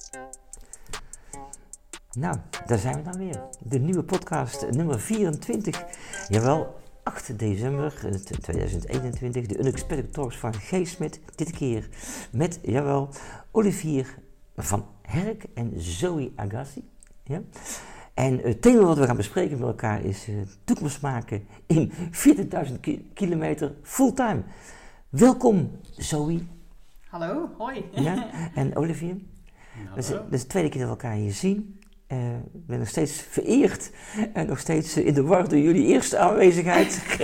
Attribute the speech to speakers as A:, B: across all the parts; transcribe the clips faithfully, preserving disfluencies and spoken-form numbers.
A: Nou, daar zijn we dan weer. De nieuwe podcast nummer vierentwintig. Jawel, acht december tweeduizend eenentwintig. De Unexpected Talks van G. Smit. Dit keer met, jawel, Olivier van Herk en Zoe Agassi. Ja? En het thema wat we gaan bespreken met elkaar is uh, toekomst maken in veertigduizend ki- kilometer fulltime. Welkom, Zoe.
B: Hallo, hoi.
A: Ja? En Olivier.
C: Hallo.
A: Dat is, dat is de tweede keer dat we elkaar hier zien. Uh, ik ben nog steeds vereerd en nog steeds uh, in de war door jullie eerste aanwezigheid. uh,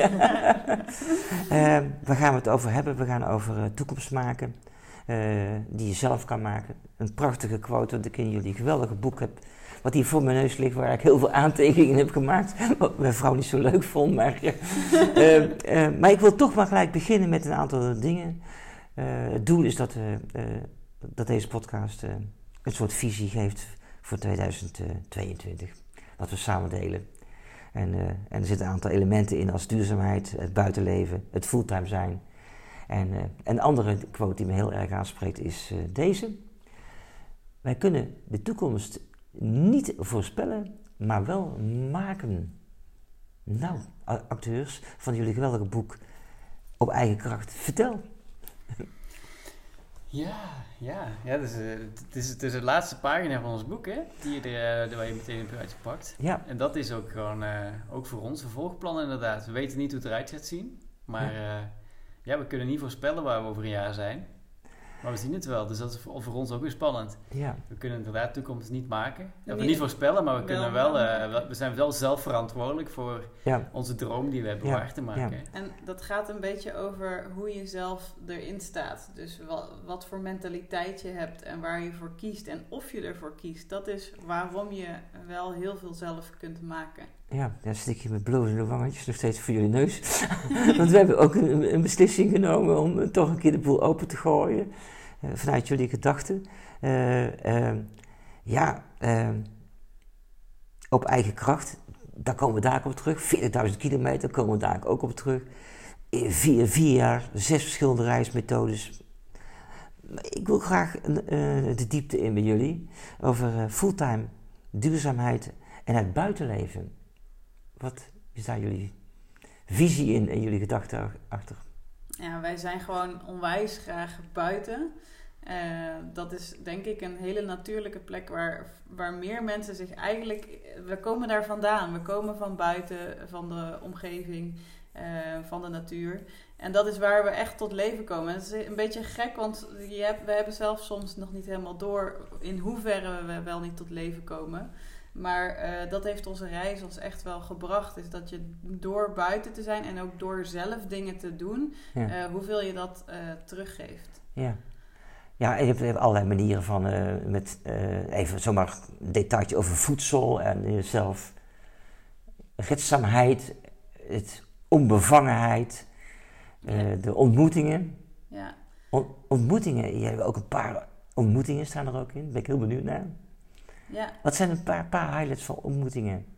A: waar gaan we het over hebben? We gaan over uh, toekomst maken, uh, die je zelf kan maken. Een prachtige quote, dat ik in jullie geweldige boek heb, wat hier voor mijn neus ligt, waar ik heel veel aantekeningen heb gemaakt, wat mijn vrouw niet zo leuk vond. Maar, uh, uh, uh, maar ik wil toch maar gelijk beginnen met een aantal dingen. Uh, het doel is dat, uh, uh, dat deze podcast uh, een soort visie geeft voor tweeduizend tweeëntwintig, wat we samen delen. En, uh, en er zitten een aantal elementen in als duurzaamheid, het buitenleven, het fulltime zijn. En uh, een andere quote die me heel erg aanspreekt is uh, deze. Wij kunnen de toekomst niet voorspellen, maar wel maken. Nou, acteurs van jullie geweldige boek Op eigen kracht, vertel.
C: Ja, ja, ja dus, uh, het, is, het is de laatste pagina van ons boek, hè, die er, uh, waar je meteen hebt uitgepakt.
A: Ja.
C: En dat is ook gewoon, uh, ook voor ons, vervolgplan inderdaad. We weten niet hoe het eruit gaat zien, maar ja. Uh, ja, we kunnen niet voorspellen waar we over een jaar zijn. Maar we zien het wel, dus dat is voor, voor ons ook weer spannend.
A: Ja.
C: We kunnen inderdaad de toekomst niet maken. Ja, we
B: niet,
C: niet voorspellen, maar we
B: wel,
C: kunnen wel, uh, we zijn wel zelf verantwoordelijk voor
A: ja.
C: onze droom die we hebben
A: ja.
C: waar te maken.
A: Ja.
B: En dat gaat een beetje over hoe je zelf erin staat. Dus wat, wat voor mentaliteit je hebt en waar je voor kiest en of je ervoor kiest. Dat is waarom je wel heel veel zelf kunt maken.
A: Ja, daar zit ik hier met blozende wangetjes nog steeds voor jullie neus. Want we hebben ook een, een beslissing genomen om uh, toch een keer de boel open te gooien. Uh, vanuit jullie gedachten. Uh, uh, ja, uh, op eigen kracht, daar komen we daar op terug. veertigduizend kilometer komen we daar ook op terug. In vier, vier jaar, zes verschillende reismethodes. Ik wil graag uh, de diepte in met jullie. Over uh, fulltime, duurzaamheid en het buitenleven. Wat is daar jullie visie in en jullie gedachten achter?
B: Ja, wij zijn gewoon onwijs graag buiten. Uh, dat is denk ik een hele natuurlijke plek waar, waar meer mensen zich eigenlijk... We komen daar vandaan. We komen van buiten, van de omgeving, uh, van de natuur. En dat is waar we echt tot leven komen. Het is een beetje gek, want je hebt, we hebben zelf soms nog niet helemaal door in hoeverre we wel niet tot leven komen. Maar uh, dat heeft onze reis ons echt wel gebracht. Is dat je door buiten te zijn en ook door zelf dingen te doen, ja. uh, hoeveel je dat uh, teruggeeft.
A: Ja. Ja, en je hebt allerlei manieren van, uh, met uh, even zomaar een detailtje over voedsel en jezelf, redzaamheid, het onbevangenheid, uh, ja. de ontmoetingen.
B: Ja.
A: On- ontmoetingen, je hebt ook een paar ontmoetingen staan er ook in, daar ben ik heel benieuwd naar.
B: Ja.
A: Wat zijn een paar, paar highlights van ontmoetingen?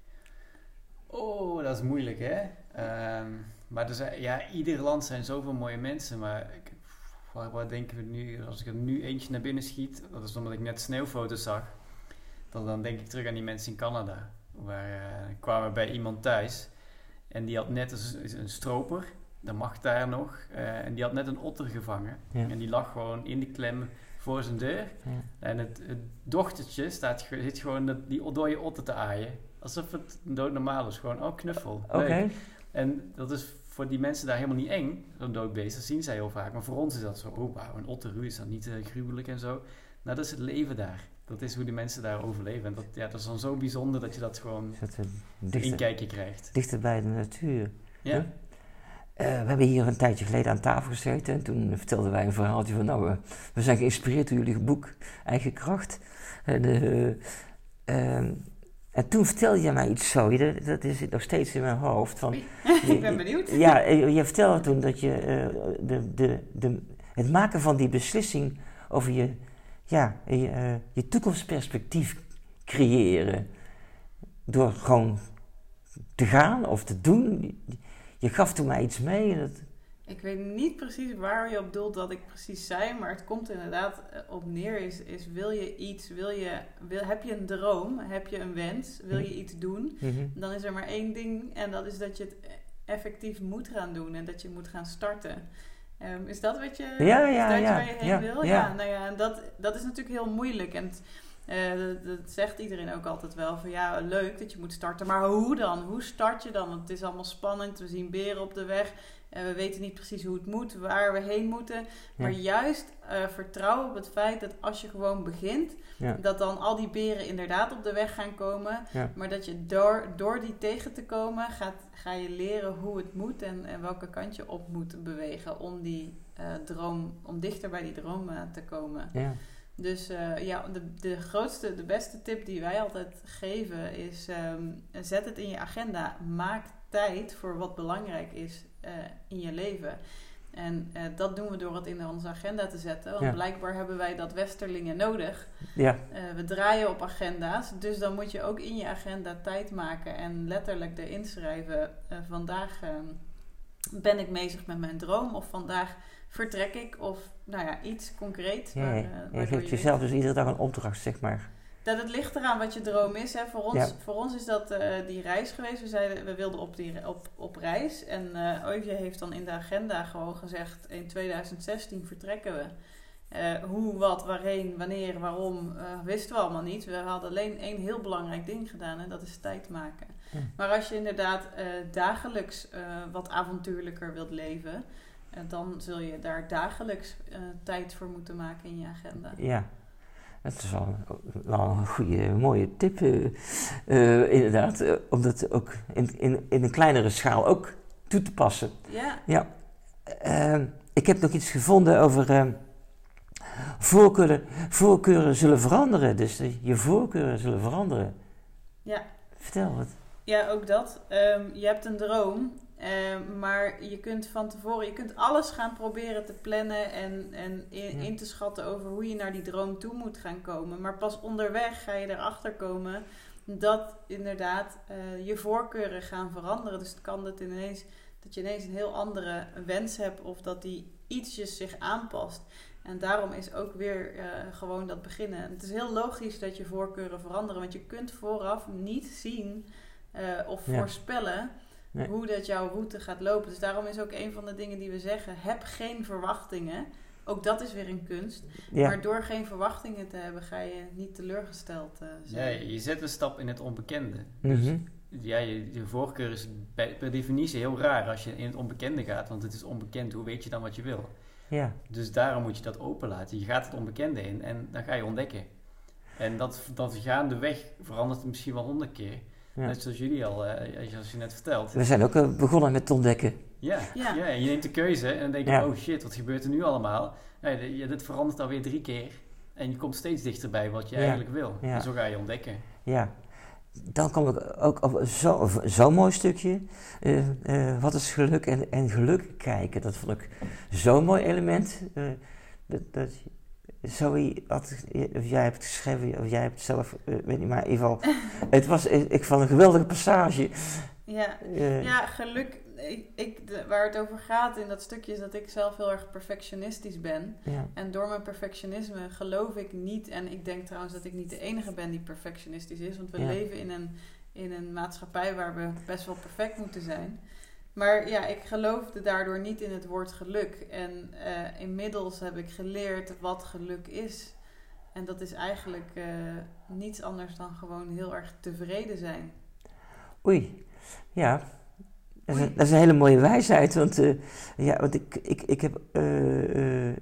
C: Oh, dat is moeilijk, hè? Um, maar er zijn, ja, ieder land zijn zoveel mooie mensen, maar ik, waar, waar denken we nu, als ik er nu eentje naar binnen schiet, dat is omdat ik net sneeuwfoto's zag, dan, dan denk ik terug aan die mensen in Canada. Waar uh, kwamen we bij iemand thuis en die had net een, een stroper, dat mag daar nog, uh, en die had net een otter gevangen. Ja. En die lag gewoon in de klem voor zijn deur. Ja. En het, het dochtertje staat, zit gewoon dat, die dode otter te aaien. Alsof het doodnormaal is. Gewoon, oh, knuffel. Oké. Okay. En dat is voor die mensen daar helemaal niet eng, zo'n doodbeest. Dat zien zij heel vaak. Maar voor ons is dat zo, oh wauw, een otter, is dat niet uh, gruwelijk en zo. Nou, dat is het leven daar. Dat is hoe die mensen daar overleven. En dat, ja, dat is dan zo bijzonder dat je dat gewoon een inkijkje krijgt.
A: Dichter bij de natuur.
C: Ja. Huh?
A: Uh, we hebben hier een tijdje geleden aan tafel gezeten en toen vertelden wij een verhaaltje van nou, we, we zijn geïnspireerd door jullie boek Eigen Kracht. En, uh, uh, en toen vertelde je mij iets zo, dat, dat is nog steeds in mijn hoofd. Van,
B: ik ben benieuwd.
A: Ja, je, je vertelde toen dat je uh, de, de, de, het maken van die beslissing over je, ja, je, uh, je toekomstperspectief creëren, door gewoon te gaan of te doen. Je gaf toen mij iets mee. En dat...
B: Ik weet niet precies waar je op doelt wat ik precies zei, maar het komt inderdaad op neer. Is, is wil je iets, wil je, wil, heb je een droom, heb je een wens, wil je iets doen,
A: Mm-hmm.
B: dan is er maar één ding en dat is dat je het effectief moet gaan doen en dat je moet gaan starten. Um, is dat wat je,
A: Ja, ja,
B: is dat
A: ja,
B: waar je heen
A: ja,
B: wil?
A: ja.
B: Ja, nou ja, en dat, dat is natuurlijk heel moeilijk. En het, uh, dat, dat zegt iedereen ook altijd wel van ja, leuk dat je moet starten, maar hoe dan? Hoe start je dan? Want het is allemaal spannend, we zien beren op de weg. En we weten niet precies hoe het moet, waar we heen moeten. Maar
A: Ja.
B: juist uh, vertrouwen op het feit dat als je gewoon begint,
A: Ja.
B: dat dan al die beren inderdaad op de weg gaan komen.
A: Ja.
B: Maar dat je door, door die tegen te komen, gaat, ga je leren hoe het moet en, en welke kant je op moet bewegen om die uh, droom, om dichter bij die droom uh, te komen.
A: Ja.
B: Dus uh, ja, de, de grootste, de beste tip die wij altijd geven is, um, zet het in je agenda. Maak tijd voor wat belangrijk is uh, in je leven. En uh, dat doen we door het in onze agenda te zetten. Want
A: Ja.
B: blijkbaar hebben wij dat Westerlingen nodig.
A: Ja.
B: Uh, we draaien op agenda's. Dus dan moet je ook in je agenda tijd maken en letterlijk erin schrijven. Uh, vandaag uh, ben ik bezig met mijn droom. Of vandaag vertrek ik. Of nou ja, iets concreet.
A: Ja,
B: waar,
A: ja.
B: uh,
A: Je
B: waardoor
A: geeft
B: je
A: jezelf
B: weet-
A: dus iedere dag een opdracht, zeg maar.
B: dat het ligt eraan wat je droom is. Hè. Voor, ons,
A: Ja.
B: voor ons is dat uh, die reis geweest. We, zeiden, we wilden op, die, op, op reis. En uh, Euvje heeft dan in de agenda gewoon gezegd... in tweeduizend zestien vertrekken we. Uh, hoe, wat, waarheen, wanneer, waarom, uh, wisten we allemaal niet. We hadden alleen één heel belangrijk ding gedaan. En dat is tijd maken.
A: Ja.
B: Maar als je inderdaad uh, dagelijks uh, wat avontuurlijker wilt leven... Uh, dan zul je daar dagelijks uh, tijd voor moeten maken in je agenda.
A: Ja. Dat is wel, wel een goede, mooie tip, uh, uh, inderdaad. Uh, om dat ook in, in, in een kleinere schaal ook toe te passen.
B: Ja.
A: Ja. Uh, ik heb nog iets gevonden over uh, voorkeuren, voorkeuren zullen veranderen. Dus uh, je voorkeuren zullen veranderen.
B: Ja.
A: Vertel wat.
B: Ja, ook dat. Um, je hebt een droom, um, maar je kunt van tevoren, je kunt alles gaan proberen te plannen en, en in,
A: Ja.
B: in te schatten over hoe je naar die droom toe moet gaan komen. Maar pas onderweg ga je erachter komen dat inderdaad uh, je voorkeuren gaan veranderen. Dus het kan dat, ineens, dat je ineens een heel andere wens hebt of dat die ietsjes zich aanpast. En daarom is ook weer uh, gewoon dat beginnen. Het is heel logisch dat je voorkeuren veranderen, want je kunt vooraf niet zien uh, of
A: Ja.
B: voorspellen
A: Nee.
B: hoe dat jouw route gaat lopen. Dus daarom is ook een van de dingen die we zeggen, heb geen verwachtingen. Ook dat is weer een kunst.
A: Ja.
B: Maar door geen verwachtingen te hebben, ga je niet teleurgesteld uh,
C: Ja,
B: zijn.
C: je zet een stap in het onbekende.
A: Mm-hmm.
C: Ja, je, je voorkeur is bij, per definitie heel raar als je in het onbekende gaat, want het is onbekend. Hoe weet je dan wat je wil?
A: Ja.
C: Dus daarom moet je dat openlaten. Je gaat het onbekende in en dan ga je ontdekken. En dat, dat gaandeweg verandert het misschien wel honderd keer.
A: Ja.
C: Net zoals jullie al, uh, als je net vertelt.
A: We zijn ook uh, begonnen met het ontdekken.
C: Ja,
B: Ja.
C: ja. en je neemt de keuze en dan denk je,
A: Ja.
C: oh shit, wat gebeurt er nu allemaal? Nee, ja, dit verandert alweer drie keer. En je komt steeds dichterbij wat je
A: Ja.
C: eigenlijk wil.
A: Ja.
C: En zo ga je ontdekken.
A: Ja. Dan kom ik ook op zo'n zo mooi stukje. Uh, uh, wat is geluk en, en geluk kijken. Dat vond ik zo'n mooi element. Uh, dat, dat, Zoe, had, of jij hebt het geschreven, of jij hebt het zelf, uh, weet niet, maar in ieder geval, het was, ik vond een geweldige passage.
B: Ja,
A: Uh,
B: ja geluk. Ik, ik, de, waar het over gaat in dat stukje is dat ik zelf heel erg perfectionistisch ben.
A: ja.
B: En door mijn perfectionisme geloof ik niet, en ik denk trouwens dat ik niet de enige ben die perfectionistisch is, want we
A: Ja.
B: leven in een, in een maatschappij waar we best wel perfect moeten zijn. Maar ja, ik geloofde daardoor niet in het woord geluk. En uh, inmiddels heb ik geleerd wat geluk is. En dat is eigenlijk uh, niets anders dan gewoon heel erg tevreden zijn.
A: Oei, ja. Dat is, een, dat is een hele mooie wijsheid, want, uh, ja, want ik, ik, ik heb uh, uh,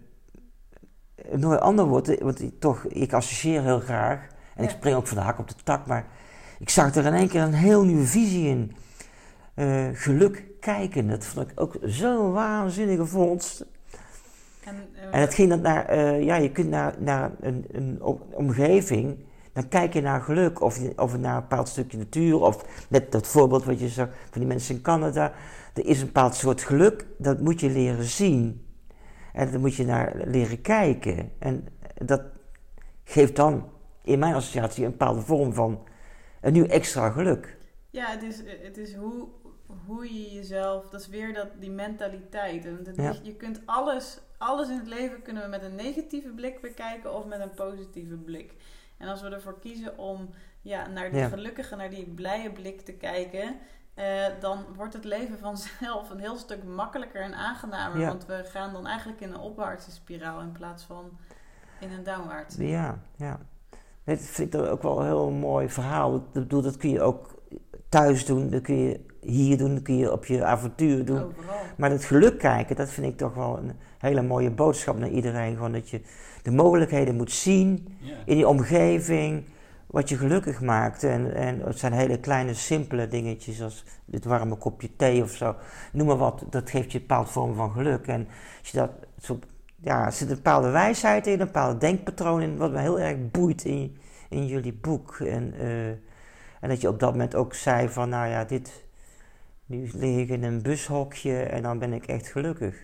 A: een mooi ander woord, want ik, toch, ik associeer heel graag en
B: Ja.
A: ik spring ook van de hak op de tak, maar ik zag er in één keer een heel nieuwe visie in. Uh, geluk kijken, dat vond ik ook zo'n waanzinnige vondst.
B: En, uh,
A: En het ging dan naar, uh, ja, je kunt naar, naar een, een omgeving, dan kijk je naar geluk, of, of naar een bepaald stukje natuur, of net dat voorbeeld wat je zag van die mensen in Canada. Er is een bepaald soort geluk, dat moet je leren zien. En daar moet je naar leren kijken. En dat geeft dan, in mijn associatie, een bepaalde vorm van een nieuw extra geluk.
B: Ja, het is, het is hoe, hoe je jezelf... Dat is weer dat, die mentaliteit. En dat
A: Ja.
B: is, je kunt alles... Alles in het leven kunnen we met een negatieve blik bekijken of met een positieve blik. En als we ervoor kiezen om ja, naar die
A: Ja.
B: gelukkige, naar die blije blik te kijken... Uh, dan wordt het leven vanzelf een heel stuk makkelijker en aangenamer.
A: Ja.
B: Want we gaan dan eigenlijk in een opwaartse spiraal in plaats van in een downwaartse.
A: Ja, ja. Dat vind ik ook wel een heel mooi verhaal. Ik bedoel, dat kun je ook thuis doen, dat kun je hier doen, dat kun je op je avontuur doen.
B: Overal.
A: Maar het geluk kijken, dat vind ik toch wel een hele mooie boodschap naar iedereen. Gewoon dat je de mogelijkheden moet zien
C: Ja.
A: in die omgeving, wat je gelukkig maakt. En, en het zijn hele kleine, simpele dingetjes als dit warme kopje thee of zo. Noem maar wat, dat geeft je een bepaalde vorm van geluk. En als je dat, zo, ja, er zit een bepaalde wijsheid in, een bepaalde denkpatroon in, wat me heel erg boeit in, in jullie boek. En, uh, en dat je op dat moment ook zei van, nou ja, dit, nu lig ik in een bushokje en dan ben ik echt gelukkig.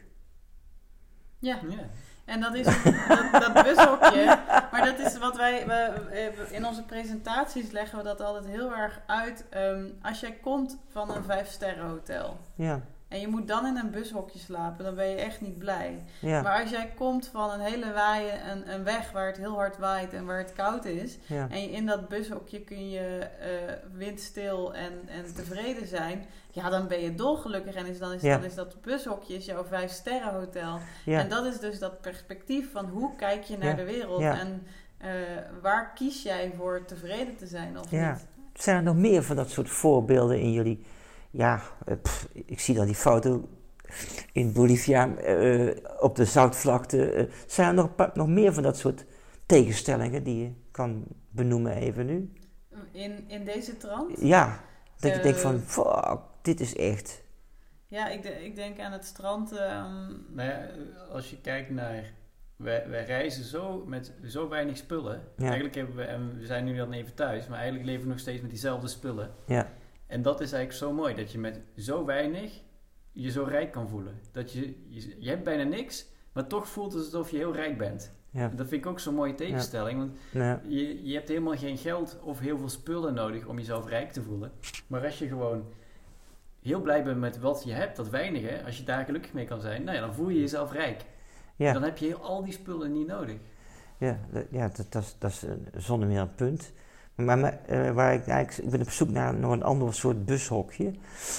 B: Ja.
C: Ja.
B: En dat is dat, dat bushokje. Maar dat is wat wij, we, in onze presentaties leggen we dat altijd heel erg uit. Um, als jij komt van een vijf sterren hotel
A: Ja,
B: en je moet dan in een bushokje slapen, dan ben je echt niet blij.
A: ja,
B: Maar als jij komt van een hele waaien, een, een weg waar het heel hard waait en waar het koud is,
A: ja,
B: en in dat bushokje kun je uh, windstil en, en tevreden zijn, ja, dan ben je dolgelukkig. En is, dan, is,
A: Ja.
B: dan is dat bushokje is jouw vijf sterren hotel.
A: ja,
B: En dat is dus dat perspectief van hoe kijk je naar
A: Ja.
B: de wereld.
A: Ja.
B: En uh, waar kies jij voor tevreden te zijn of
A: Ja.
B: niet?
A: Zijn er nog meer van dat soort voorbeelden in jullie? Ja, eh, pff, ik zie dan die foto in Bolivia uh, op de zoutvlakte. Uh, zijn er nog, een paar- nog meer van dat soort tegenstellingen die je kan benoemen even nu?
B: In, in deze trant?
A: Ja, dat je
B: Eh.
A: denkt van, fuck, dit is echt...
B: Ja, ik, de- ik denk aan het strand. Um,
C: Nou ja, als je kijkt naar... Wij, wij reizen zo met zo weinig spullen.
A: Ja.
C: Eigenlijk hebben we... En we zijn nu dan even thuis. Maar eigenlijk leven we nog steeds met diezelfde spullen.
A: Ja,
C: En dat is eigenlijk zo mooi. Dat je met zo weinig je zo rijk kan voelen. Dat je... Je, je hebt bijna niks. Maar toch voelt het alsof je heel rijk bent.
A: ja,
C: En dat vind ik ook zo'n mooie tegenstelling. Want
A: ja,
C: je, je hebt helemaal geen geld of heel veel spullen nodig om jezelf rijk te voelen. Maar als je gewoon heel blij bent met wat je hebt, dat weinige, als je daar gelukkig mee kan zijn, nou ja, dan voel je jezelf rijk.
A: ja.
C: Dan heb je heel, al die spullen niet nodig.
A: Ja, dat, ja, dat, dat, is- dat is een- zonder meer een punt. Maar, maar eh, waar ik, eigenlijk, ik ben op zoek naar nog een ander soort bushokje.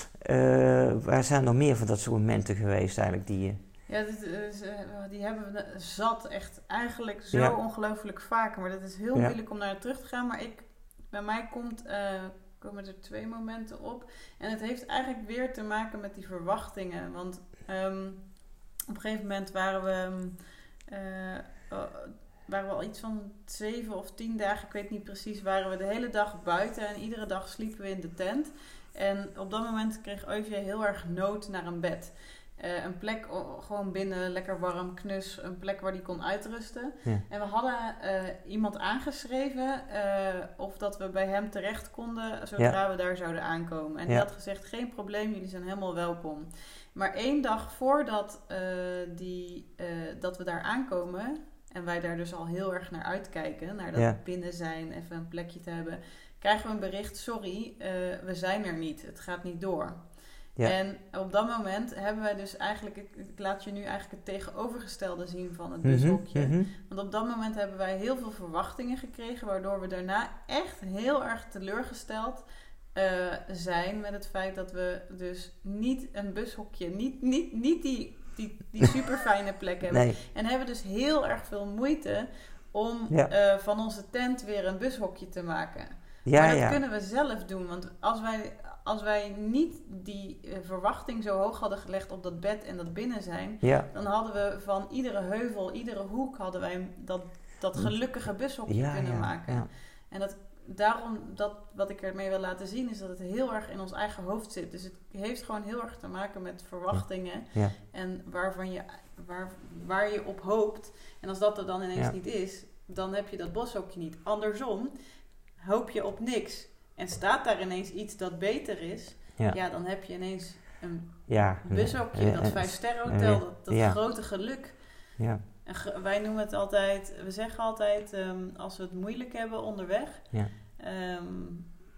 A: Eh, waar zijn nog meer van dat soort momenten geweest eigenlijk die je...
B: ja, dit is, uh, die hebben we zat echt eigenlijk zo
A: Ja.
B: ongelooflijk vaak. Maar dat is heel
A: Ja.
B: moeilijk om naar terug te gaan. Maar ik, bij mij komt, uh, komen er twee momenten op. En het heeft eigenlijk weer te maken met die verwachtingen. Want um, op een gegeven moment waren we... Uh, uh, waren we al iets van zeven of tien dagen, ik weet niet precies, waren we de hele dag buiten en iedere dag sliepen we in de tent. En op dat moment kreeg Euvie heel erg nood naar een bed. Uh, een plek, o- gewoon binnen, lekker warm, knus, een plek waar die kon uitrusten.
A: Ja.
B: En we hadden uh, iemand aangeschreven uh, of dat we bij hem terecht konden zodra
A: Ja.
B: we daar zouden aankomen. En die
A: Ja.
B: had gezegd, geen probleem, jullie zijn helemaal welkom. Maar één dag voordat uh, die, uh, dat we daar aankomen, en wij daar dus al heel erg naar uitkijken, naar dat
A: Ja.
B: binnen zijn, even een plekje te hebben, krijgen we een bericht, sorry, uh, we zijn er niet, het gaat niet door.
A: Ja.
B: En op dat moment hebben wij dus eigenlijk, ik, ik laat je nu eigenlijk het tegenovergestelde zien van het
A: Mhm,
B: bushokje.
A: mhm.
B: Want op dat moment hebben wij heel veel verwachtingen gekregen, waardoor we daarna echt heel erg teleurgesteld uh, zijn met het feit dat we dus niet een bushokje, niet, niet, niet die, die, die super fijne plek hebben.
A: Nee,
B: En hebben dus heel erg veel moeite om
A: Ja.
B: uh, van onze tent weer een bushokje te maken.
A: ja,
B: maar dat
A: ja.
B: kunnen we zelf doen. Want als wij, als wij niet die uh, verwachting zo hoog hadden gelegd op dat bed en dat binnen zijn,
A: Ja,
B: dan hadden we van iedere heuvel, iedere hoek hadden wij dat, dat gelukkige bushokje
A: ja,
B: kunnen
A: ja,
B: maken.
A: ja.
B: En dat, daarom, dat, wat ik ermee wil laten zien, is dat het heel erg in ons eigen hoofd zit. Dus het heeft gewoon heel erg te maken met verwachtingen.
A: Ja.
B: En waarvan je, waar, waar je op hoopt. En als dat er dan ineens
A: Ja.
B: niet is, dan heb je dat bushokje niet. Andersom, hoop je op niks en staat daar ineens iets dat beter is,
A: Ja.
B: ja, dan heb je ineens een
A: Ja,
B: bushokje,
A: ja,
B: dat
A: ja,
B: vijfsterrenhotel,
A: ja,
B: dat, dat
A: ja.
B: grote geluk.
A: Ja,
B: En ge- wij noemen het altijd, we zeggen altijd, um, als we het moeilijk hebben onderweg,
A: ja,
B: um,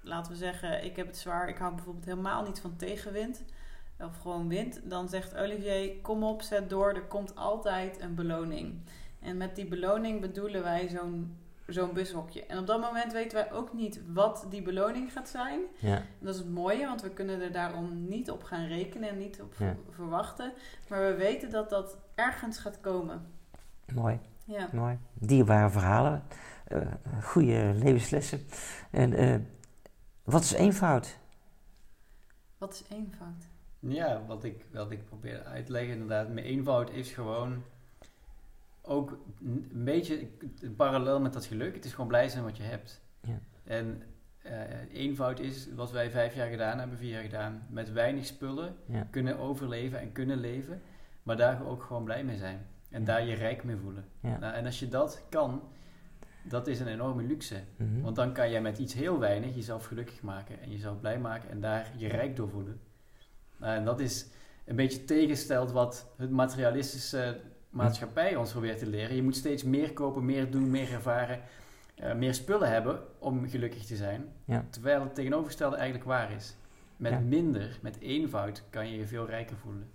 B: laten we zeggen, ik heb het zwaar, ik hou bijvoorbeeld helemaal niet van tegenwind of gewoon wind, dan zegt Olivier, kom op, zet door, er komt altijd een beloning. En met die beloning bedoelen wij zo'n, zo'n bushokje. En op dat moment weten wij ook niet wat die beloning gaat zijn.
A: Ja.
B: En dat is het mooie, want we kunnen er daarom niet op gaan rekenen en niet op
A: Ja.
B: verwachten. Maar we weten dat dat ergens gaat komen.
A: Mooi,
B: Ja.
A: mooi. Dierbare verhalen, uh, goede levenslessen. En uh, wat is eenvoud?
B: Wat is eenvoud?
C: Ja, wat ik, wat ik probeer uit te leggen inderdaad. Met eenvoud is gewoon ook een beetje parallel met dat geluk. Het is gewoon blij zijn wat je hebt.
A: Ja.
C: En uh, eenvoud is wat wij vijf jaar gedaan hebben, vier jaar gedaan. Met weinig spullen
A: Ja.
C: kunnen overleven en kunnen leven. Maar daar ook gewoon blij mee zijn. En
A: Ja.
C: daar je rijk mee voelen.
A: Ja.
C: Nou, en als je dat kan, dat is een enorme luxe.
A: Mm-hmm.
C: Want dan kan jij met iets heel weinig jezelf gelukkig maken. En jezelf blij maken en daar je rijk door voelen. Nou, en dat is een beetje tegenstelt wat het materialistische maatschappij ons probeert te leren. Je moet steeds meer kopen, meer doen, meer ervaren, uh, meer spullen hebben om gelukkig te zijn.
A: Ja.
C: Terwijl het tegenovergestelde eigenlijk waar is. Met
A: Ja.
C: minder, met eenvoud, kan je je veel rijker voelen.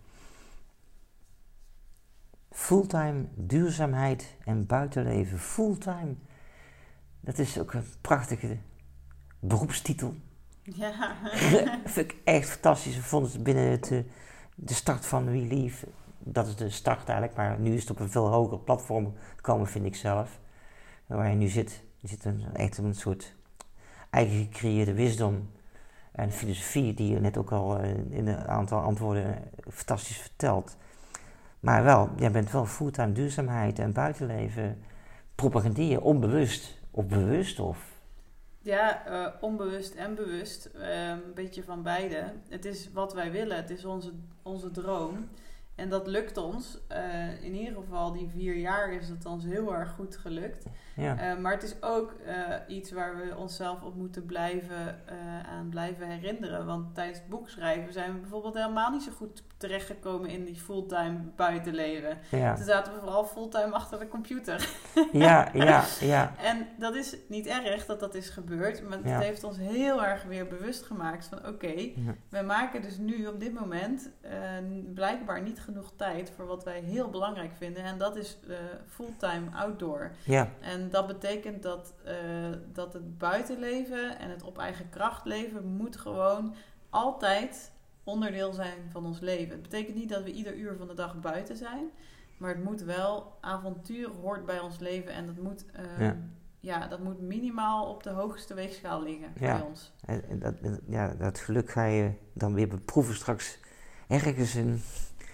A: Fulltime duurzaamheid en buitenleven. Fulltime. Dat is ook een prachtige beroepstitel.
B: Ja.
A: Dat vind ik echt fantastisch. Ik vond het binnen het, uh, de start van We Live. Dat is de start eigenlijk, maar nu is het op een veel hoger platform gekomen, vind ik zelf. Waar je nu zit. Je zit een, echt een soort eigen gecreëerde wisdom en filosofie die je net ook al uh, in een aantal antwoorden uh, fantastisch vertelt. Maar wel, jij bent wel fulltime duurzaamheid en buitenleven propagandeer, onbewust of bewust of...
B: Ja, uh, onbewust en bewust. Uh, een beetje van beide. Het is wat wij willen. Het is onze, onze droom. En dat lukt ons. Uh, in ieder geval die vier jaar is het ons heel erg goed gelukt.
A: Ja.
B: Uh, maar het is ook uh, iets waar we onszelf op moeten blijven, uh, aan blijven herinneren. Want tijdens het boekschrijven zijn we bijvoorbeeld helemaal niet zo goed terechtgekomen in die fulltime buitenleven.
A: Ja.
B: Toen zaten we vooral fulltime achter de computer.
A: Ja, ja, ja.
B: En dat is niet erg dat dat is gebeurd, maar het
A: Ja.
B: heeft ons heel erg weer bewust gemaakt van oké, okay,
A: Ja.
B: we maken dus nu op dit moment uh, blijkbaar niet genoeg tijd voor wat wij heel belangrijk vinden en dat is uh, fulltime outdoor.
A: Ja.
B: En dat betekent dat, uh, dat het buitenleven en het op eigen kracht leven moet gewoon altijd onderdeel zijn van ons leven. Het betekent niet dat we ieder uur van de dag buiten zijn, maar het moet wel, avontuur hoort bij ons leven en dat moet, uh,
A: Ja.
B: ja, dat moet minimaal op de hoogste weegschaal liggen
A: Ja.
B: bij ons.
A: En dat, ja, dat geluk ga je dan weer beproeven straks ergens in,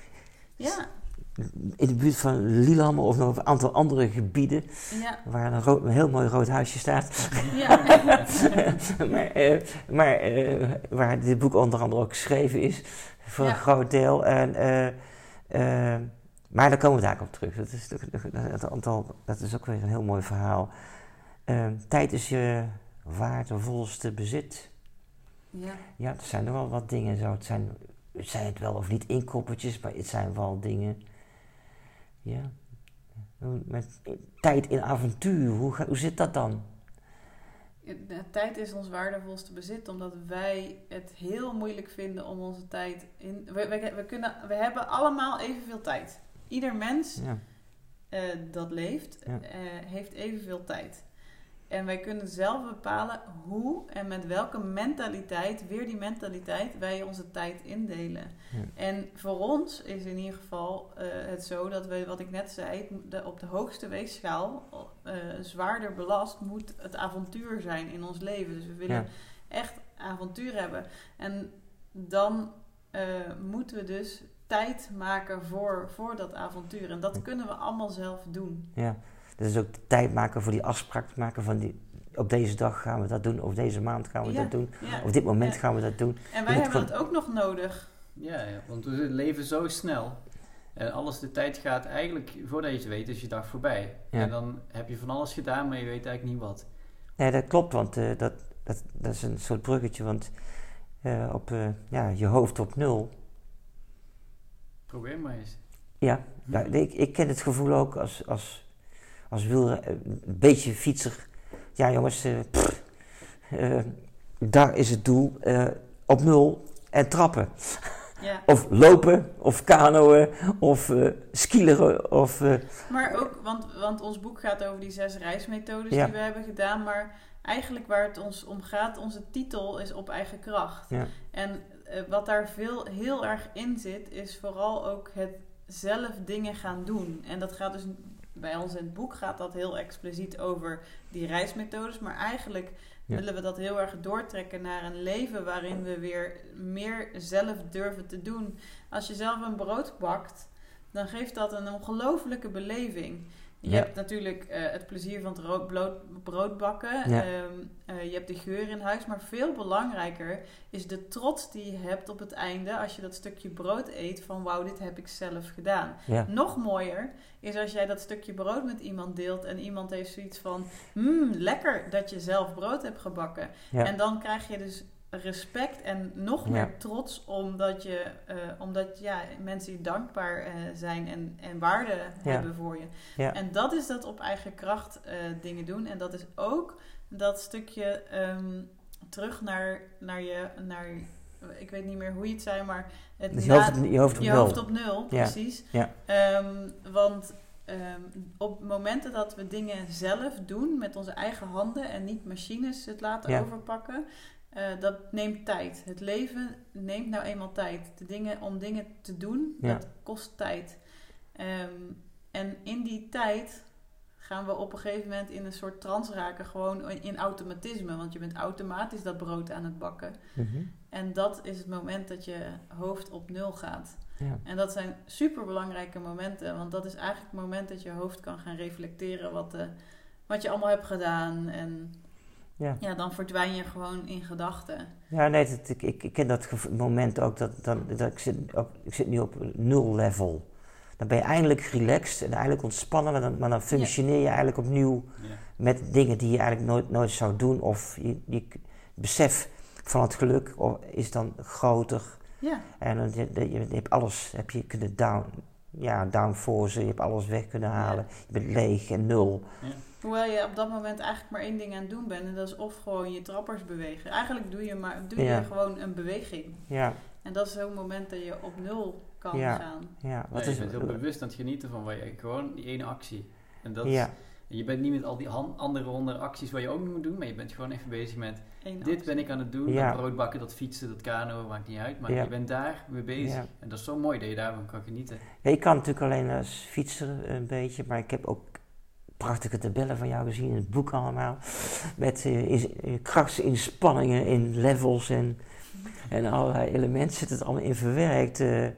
B: Ja,
A: in de buurt van Lillehammer of nog een aantal andere gebieden
B: ja,
A: waar een, ro- een heel mooi rood huisje staat.
B: ja.
A: maar uh, maar uh, waar dit boek onder andere ook geschreven is voor
B: Ja.
A: een groot deel. En, uh, uh, maar daar komen we daar op terug. Dat is, dat, dat, aantal, dat is ook weer een heel mooi verhaal. Uh, tijd is je waardevolste bezit.
B: Ja.
A: Ja, er zijn er wel wat dingen zo. Het zijn, het zijn het wel of niet inkoppertjes, maar het zijn wel dingen. Ja. Met tijd in avontuur, hoe, ga, hoe zit dat dan?
B: De tijd is ons waardevolste bezit, omdat wij het heel moeilijk vinden om onze tijd in... We, we, we, kunnen, we hebben allemaal evenveel tijd. Ieder mens
A: Ja.
B: uh, dat leeft,
A: Ja.
B: uh, heeft evenveel tijd. En wij kunnen zelf bepalen hoe en met welke mentaliteit, weer die mentaliteit, wij onze tijd indelen.
A: Ja.
B: En voor ons is in ieder geval uh, het zo dat we, wat ik net zei, de, op de hoogste weegschaal uh, zwaarder belast moet het avontuur zijn in ons leven. Dus we willen
A: Ja.
B: echt avontuur hebben. En dan uh, moeten we dus tijd maken voor, voor dat avontuur. En dat
A: Ja.
B: kunnen we allemaal zelf doen.
A: Ja. Dat is ook de tijd maken voor die afspraak te maken van die, op deze dag gaan we dat doen, of deze maand gaan we
B: Ja,
A: dat doen,
B: ja.
A: op dit moment
B: Ja.
A: gaan we dat doen.
B: En wij
A: Je moet
B: hebben
A: gewoon-
B: het ook nog nodig.
C: Ja, ja, want we leven zo snel. En alles, de tijd gaat eigenlijk, voordat je het weet, is je dag voorbij.
A: Ja.
C: En dan heb je van alles gedaan, maar je weet eigenlijk niet wat.
A: Nee, dat klopt, want uh, dat, dat, dat is een soort bruggetje, want uh, op uh, ja, je hoofd op nul.
C: Probeer maar eens.
A: Ja, ja ik, ik ken het gevoel ook als, als, als wielren, een beetje fietser. Ja jongens, uh, pff, uh, daar is het doel uh, op nul en trappen.
B: Ja.
A: Of lopen, of kanoën, of uh, skileren, of... Uh,
B: maar ook, want, want ons boek gaat over die zes reismethodes
A: ja.
B: die we hebben gedaan, maar eigenlijk waar het ons om gaat, onze titel is op eigen kracht.
A: Ja.
B: En uh, wat daar veel, heel erg in zit, is vooral ook het zelf dingen gaan doen. En dat gaat dus, bij ons in het boek gaat dat heel expliciet over die reismethodes, maar eigenlijk... Ja. willen we dat heel erg doortrekken naar een leven waarin we weer meer zelf durven te doen. Als je zelf een brood bakt, dan geeft dat een ongelofelijke beleving. Je
A: ja.
B: hebt natuurlijk uh, het plezier van het rood, bloot, brood bakken.
A: Ja.
B: Um, uh, je hebt de geur in huis. Maar veel belangrijker is de trots die je hebt op het einde als je dat stukje brood eet van wauw, dit heb ik zelf gedaan.
A: Ja.
B: Nog mooier is als jij dat stukje brood met iemand deelt en iemand heeft zoiets van mmm, lekker dat je zelf brood hebt gebakken. Ja. En dan krijg je dus respect en nog meer ja. trots omdat je uh, omdat ja, mensen je dankbaar uh, zijn en, en waarde ja. hebben voor je. Ja. En dat is dat op eigen kracht uh, dingen doen. En dat is ook dat stukje um, terug naar, naar je naar, ik weet niet meer hoe je het zei, maar het
A: dus je, na, hoofd, je, hoofd, op
B: je
A: nul.
B: hoofd op nul,
A: ja.
B: precies.
A: Ja.
B: Um, want um, op momenten dat we dingen zelf doen met onze eigen handen en niet machines het laten ja. overpakken, Uh, dat neemt tijd. Het leven neemt nou eenmaal tijd. De dingen, om dingen te doen, ja. dat kost tijd. Um, en in die tijd gaan we op een gegeven moment in een soort trance raken. Gewoon in automatisme. Want je bent automatisch dat brood aan het bakken.
A: Mm-hmm.
B: En dat is het moment dat je hoofd op nul gaat.
A: Ja.
B: En dat zijn superbelangrijke momenten. Want dat is eigenlijk het moment dat je hoofd kan gaan reflecteren wat, uh, wat je allemaal hebt gedaan. En Ja. ja, dan verdwijn je gewoon in gedachten.
A: Ja, nee, dat, ik, ik, ik ken dat gevo- moment ook, dat, dat, dat ik, zit op, ik zit nu op nul level. Dan ben je eindelijk relaxed en eindelijk ontspannen, maar dan, maar dan functioneer je eigenlijk opnieuw ja. met dingen die je eigenlijk nooit, nooit zou doen. Of je, je besef van het geluk is dan groter.
B: Ja.
A: En je, je, je hebt alles, heb je kunnen down, ja, downforcen, je hebt alles weg kunnen halen. Ja. Je bent leeg en nul.
B: Ja. Hoewel je op dat moment eigenlijk maar één ding aan het doen bent. En dat is of gewoon je trappers bewegen. Eigenlijk doe je, maar, doe
A: ja.
B: je gewoon een beweging.
A: Ja.
B: En dat is zo'n moment dat je op nul kan
A: ja.
B: gaan.
A: Ja. Wat
C: nee,
A: is,
C: je bent heel bewust aan het genieten van waar je, gewoon die ene actie. En dat
A: ja.
C: is, je bent niet met al die hand, andere honderd acties waar je ook niet moet doen. Maar je bent gewoon even bezig met Eén dit actie. Ben ik aan het doen.
A: Ja.
C: Dat broodbakken, dat fietsen, dat kano, maakt niet uit. Maar
A: ja.
C: je bent daar mee bezig. Ja. En dat is zo mooi dat je daarvan kan genieten.
A: Ja, ik kan natuurlijk alleen als fietser een beetje. Maar ik heb ook prachtige tabellen van jou gezien in het boek allemaal. Met uh, in, in krachtsinspanningen in levels en, en allerlei elementen zit het allemaal in verwerkt. Uh,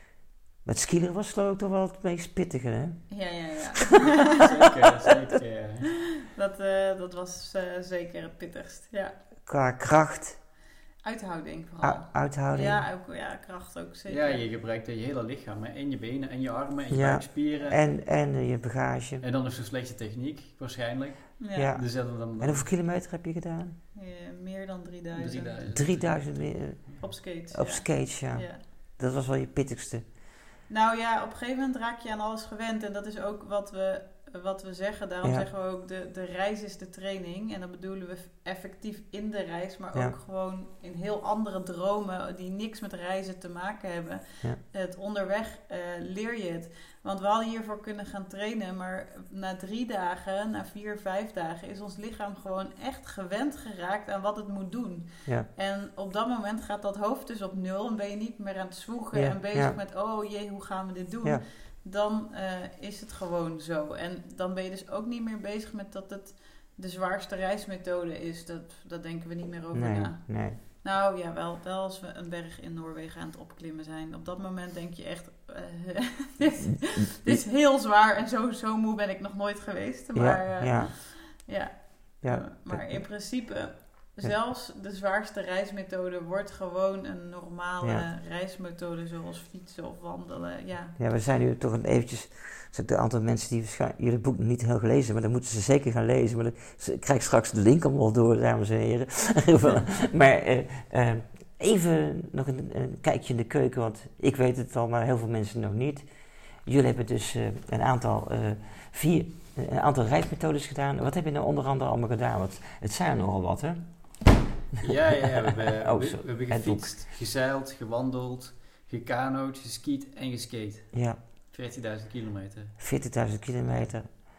A: met skileren was geloof ik toch wel het meest pittige, hè?
B: Ja, ja, ja.
C: zeker, zeker. Ja.
B: Dat, uh, dat was uh, zeker het pittigst, ja.
A: Qua kracht.
B: Uithouding vooral.
A: U- uithouding.
B: Ja, ook, ja, kracht ook zeker.
C: Ja, je gebruikt je hele lichaam. Hè? En je benen en je armen en je
A: ja.
C: buikspieren.
A: En, en uh, je bagage.
C: En dan is een slechte techniek, waarschijnlijk.
B: Ja.
A: ja.
C: Dus dan, dan,
A: en hoeveel kilometer heb je gedaan?
B: Ja, meer dan drieduizend.
C: drieduizend.
A: drieduizend uh,
B: op skates.
A: Op
B: ja.
A: skates, ja.
B: ja.
A: Dat was wel je pittigste.
B: Nou ja, op een gegeven moment raak je aan alles gewend. En dat is ook wat we, wat we zeggen. Daarom
A: ja.
B: zeggen we ook, de, de reis is de training. En dat bedoelen we effectief in de reis. Maar
A: ja.
B: ook gewoon in heel andere dromen die niks met reizen te maken hebben.
A: Ja.
B: Het onderweg uh, leer je het. Want we hadden hiervoor kunnen gaan trainen. Maar na drie dagen, na vier, vijf dagen... is ons lichaam gewoon echt gewend geraakt aan wat het moet doen.
A: Ja.
B: En op dat moment gaat dat hoofd dus op nul. En ben je niet meer aan het zwoegen
A: ja.
B: en bezig
A: ja.
B: met... oh jee, hoe gaan we dit doen?
A: Ja.
B: Dan uh, is het gewoon zo. En dan ben je dus ook niet meer bezig met dat het de zwaarste reismethode is. Dat, dat denken we niet meer over
A: nee,
B: na.
A: Nee.
B: Nou ja, wel, wel als we een berg in Noorwegen aan het opklimmen zijn. Op dat moment denk je echt... Uh, dit, dit is heel zwaar en zo, zo moe ben ik nog nooit geweest. Maar,
A: ja,
B: uh,
A: ja.
B: ja.
A: ja.
B: Uh, maar in principe... Zelfs de zwaarste reismethode wordt gewoon een normale ja. reismethode zoals fietsen of wandelen. Ja,
A: ja we zijn nu toch een eventjes... Er zijn een aantal mensen die waarschijnlijk jullie boek nog niet heel gelezen, maar dan moeten ze zeker gaan lezen. Maar dan ik krijg straks de link allemaal door, dames en heren. maar uh, uh, even nog een, een kijkje in de keuken, want ik weet het al, maar heel veel mensen nog niet. Jullie hebben dus uh, een aantal uh, vier, een aantal reismethodes gedaan. Wat heb je nou onder andere allemaal gedaan? Want het zijn er nogal wat, hè?
C: Ja, ja, ja. We hebben,
A: Oh,
C: we,
A: zo.
C: we hebben
A: En
C: gefietst, gezeild, gewandeld, gekanoot, geskiet en geskate.
A: Ja,
C: veertienduizend kilometer.
A: veertigduizend kilometer.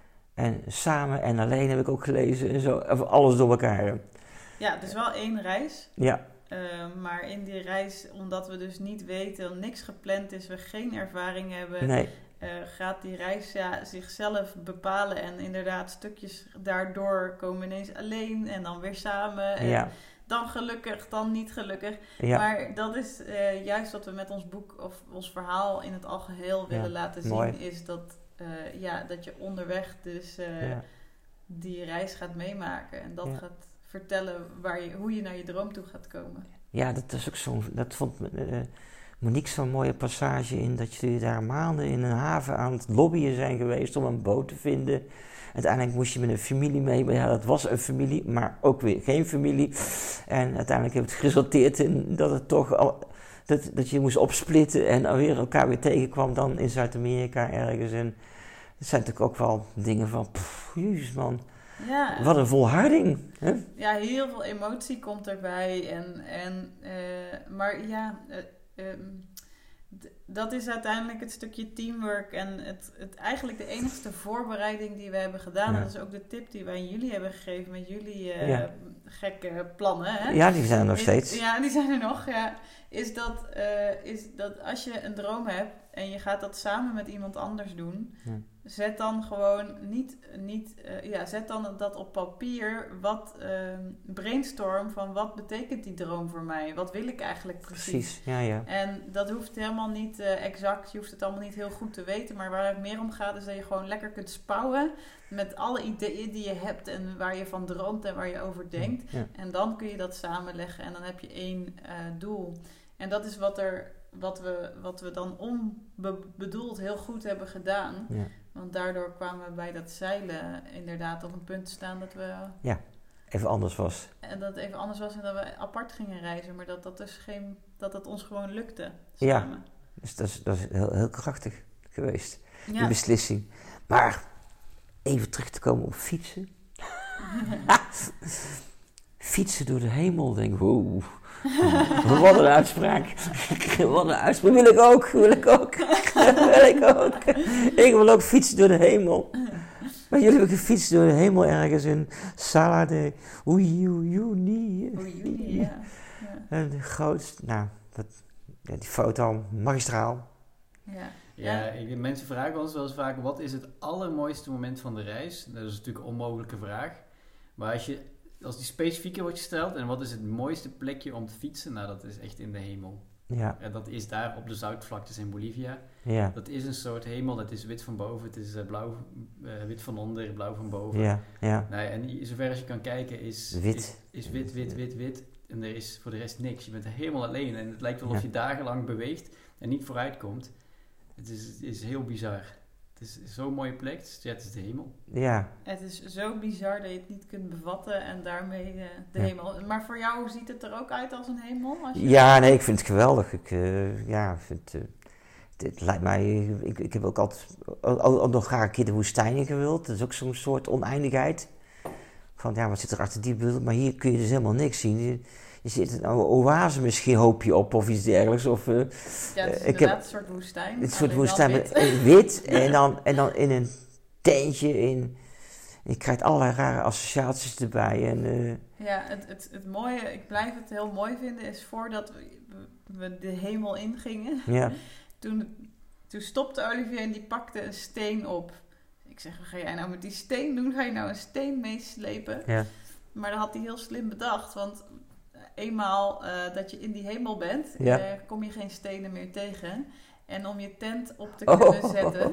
A: En samen en alleen heb ik ook gelezen en zo. Of alles door elkaar.
B: Ja, het is wel één reis.
A: Ja,
B: Uh, maar in die reis, omdat we dus niet weten, niks gepland is, we geen ervaring hebben,
A: nee.
B: uh, gaat die reis ja, zichzelf bepalen. En inderdaad, stukjes daardoor komen we ineens alleen en dan weer samen. En
A: Ja,
B: dan gelukkig, dan niet gelukkig.
A: ja.
B: Maar dat is uh, juist wat we met ons boek of ons verhaal in het algeheel willen
A: Ja,
B: laten
A: mooi.
B: zien. Is dat, uh, ja, dat je onderweg dus uh,
A: ja.
B: die reis gaat meemaken. En dat
A: Ja.
B: gaat vertellen waar je, hoe je naar je droom toe gaat komen.
A: Ja, dat is ook zo'n, dat vond uh, Monique zo'n mooie passage in, dat jullie daar maanden in een haven aan het lobbyen zijn geweest om een boot te vinden. Uiteindelijk moest je met een familie mee, maar ja, dat was een familie, maar ook weer geen familie. En uiteindelijk heeft het geresulteerd in dat het toch al, dat, dat je moest opsplitten en dan weer elkaar weer tegenkwam dan in Zuid-Amerika ergens. En dat zijn natuurlijk ook wel dingen van, pff, jezus man.
B: Ja,
A: Wat een volharding. Hè?
B: ja, heel veel emotie komt erbij. En, en, uh, maar ja, uh, um, d- dat is uiteindelijk het stukje teamwork. En het, het, eigenlijk de enigste voorbereiding die we hebben gedaan.
A: Ja.
B: Dat is ook de tip die wij jullie hebben gegeven met jullie uh,
A: Ja.
B: gekke plannen. Hè?
A: Ja, die zijn er nog
B: Is-
A: steeds.
B: Ja, die zijn er nog. Ja. Is, dat, uh, is dat als je een droom hebt en je gaat dat samen met iemand anders doen...
A: Ja.
B: Zet dan gewoon niet, niet uh, ja, zet dan dat op papier, wat uh, brainstorm van wat betekent die droom voor mij? Wat wil ik eigenlijk precies?
A: Precies, ja, ja.
B: En dat hoeft helemaal niet uh, exact, je hoeft het allemaal niet heel goed te weten, maar waar het meer om gaat is dat je gewoon lekker kunt spouwen met alle ideeën die je hebt en waar je van droomt en waar je over denkt.
A: Ja.
B: En dan kun je dat samenleggen en dan heb je één uh, doel. En dat is wat, er, wat, we, wat we dan onbedoeld heel goed hebben gedaan.
A: Ja.
B: Want daardoor kwamen we bij dat zeilen inderdaad op een punt te staan dat we...
A: Even anders was.
B: En dat het even anders was en dat we apart gingen reizen. Maar dat dat dus geen... Dat het ons gewoon lukte
A: Ja.
B: samen.
A: Dus dat is, dat is heel, heel krachtig geweest, die
B: Ja.
A: beslissing. Maar even terug te komen op fietsen. Fietsen door de hemel, denk ik, wow. Wat een uitspraak. Wat een uitspraak. Wil ik ook, wil ik ook. wil ik ook. Ik wil ook fietsen door de hemel. Maar jullie hebben gefietst door de hemel ergens in Sala de Uyuni.
B: Uyuni, ja. Ja.
A: En de grootste, nou, dat, ja, die foto, magistraal.
B: Ja.
C: Ja, ik, mensen vragen ons wel eens vaak, wat is het allermooiste moment van de reis? Dat is natuurlijk een onmogelijke vraag. Maar als, je, als die specifieker wordt gesteld, en wat is het mooiste plekje om te fietsen? Nou, dat is echt in de hemel.
A: Ja,
C: En dat is daar op de zoutvlaktes in Bolivia.
A: ja,
C: Dat is een soort hemel, dat is wit van boven, het is uh, blauw, uh, wit van onder, blauw van boven.
A: ja, ja.
C: Nou, en zover als je kan kijken is
A: Wit.
C: Is, is wit, wit, wit, wit. En er is voor de rest niks. Je bent helemaal alleen en het lijkt wel of
A: Ja.
C: je dagenlang beweegt en niet vooruit komt. Het is, het is heel bizar. Het is zo'n mooie plek. Het is, ja, het is de hemel.
A: Ja,
B: Het is zo bizar dat je het niet kunt bevatten en daarmee uh, de
A: Ja.
B: hemel. Maar voor jou ziet het er ook uit als een hemel? Als je...
A: ja, nee, ik vind het geweldig. Ik, uh, ja, ik vind, uh, het, het lijkt mij, ik, ik heb ook altijd ook, ook nog graag een keer de woestijn in gewild. Dat is ook zo'n soort oneindigheid. Van ja, wat zit er achter die beeld? Maar hier kun je dus helemaal niks zien. Je, je zit een oase misschien, hoop je op of iets dergelijks. Of, uh,
B: Ja, het is
A: ik heb-
B: inderdaad een soort woestijn.
A: Het soort
B: alleen dan
A: woestijn
B: wit.
A: met eh, wit en dan, en dan in een tentje. In, je krijgt allerlei rare associaties erbij. En, uh,
B: Ja, het, het, het mooie, ik blijf het heel mooi vinden, is voordat we, we de hemel ingingen,
A: ja,
B: toen, toen stopte Olivier en die pakte een steen op. Ik zeg, wat ga jij nou met die steen doen? Ga je nou een steen meeslepen?
A: ja,
B: Maar dat had hij heel slim bedacht, want eenmaal uh, dat je in die hemel bent,
A: Ja.
B: uh, kom je geen stenen meer tegen. En om je tent op te
A: Oh.
B: kunnen zetten,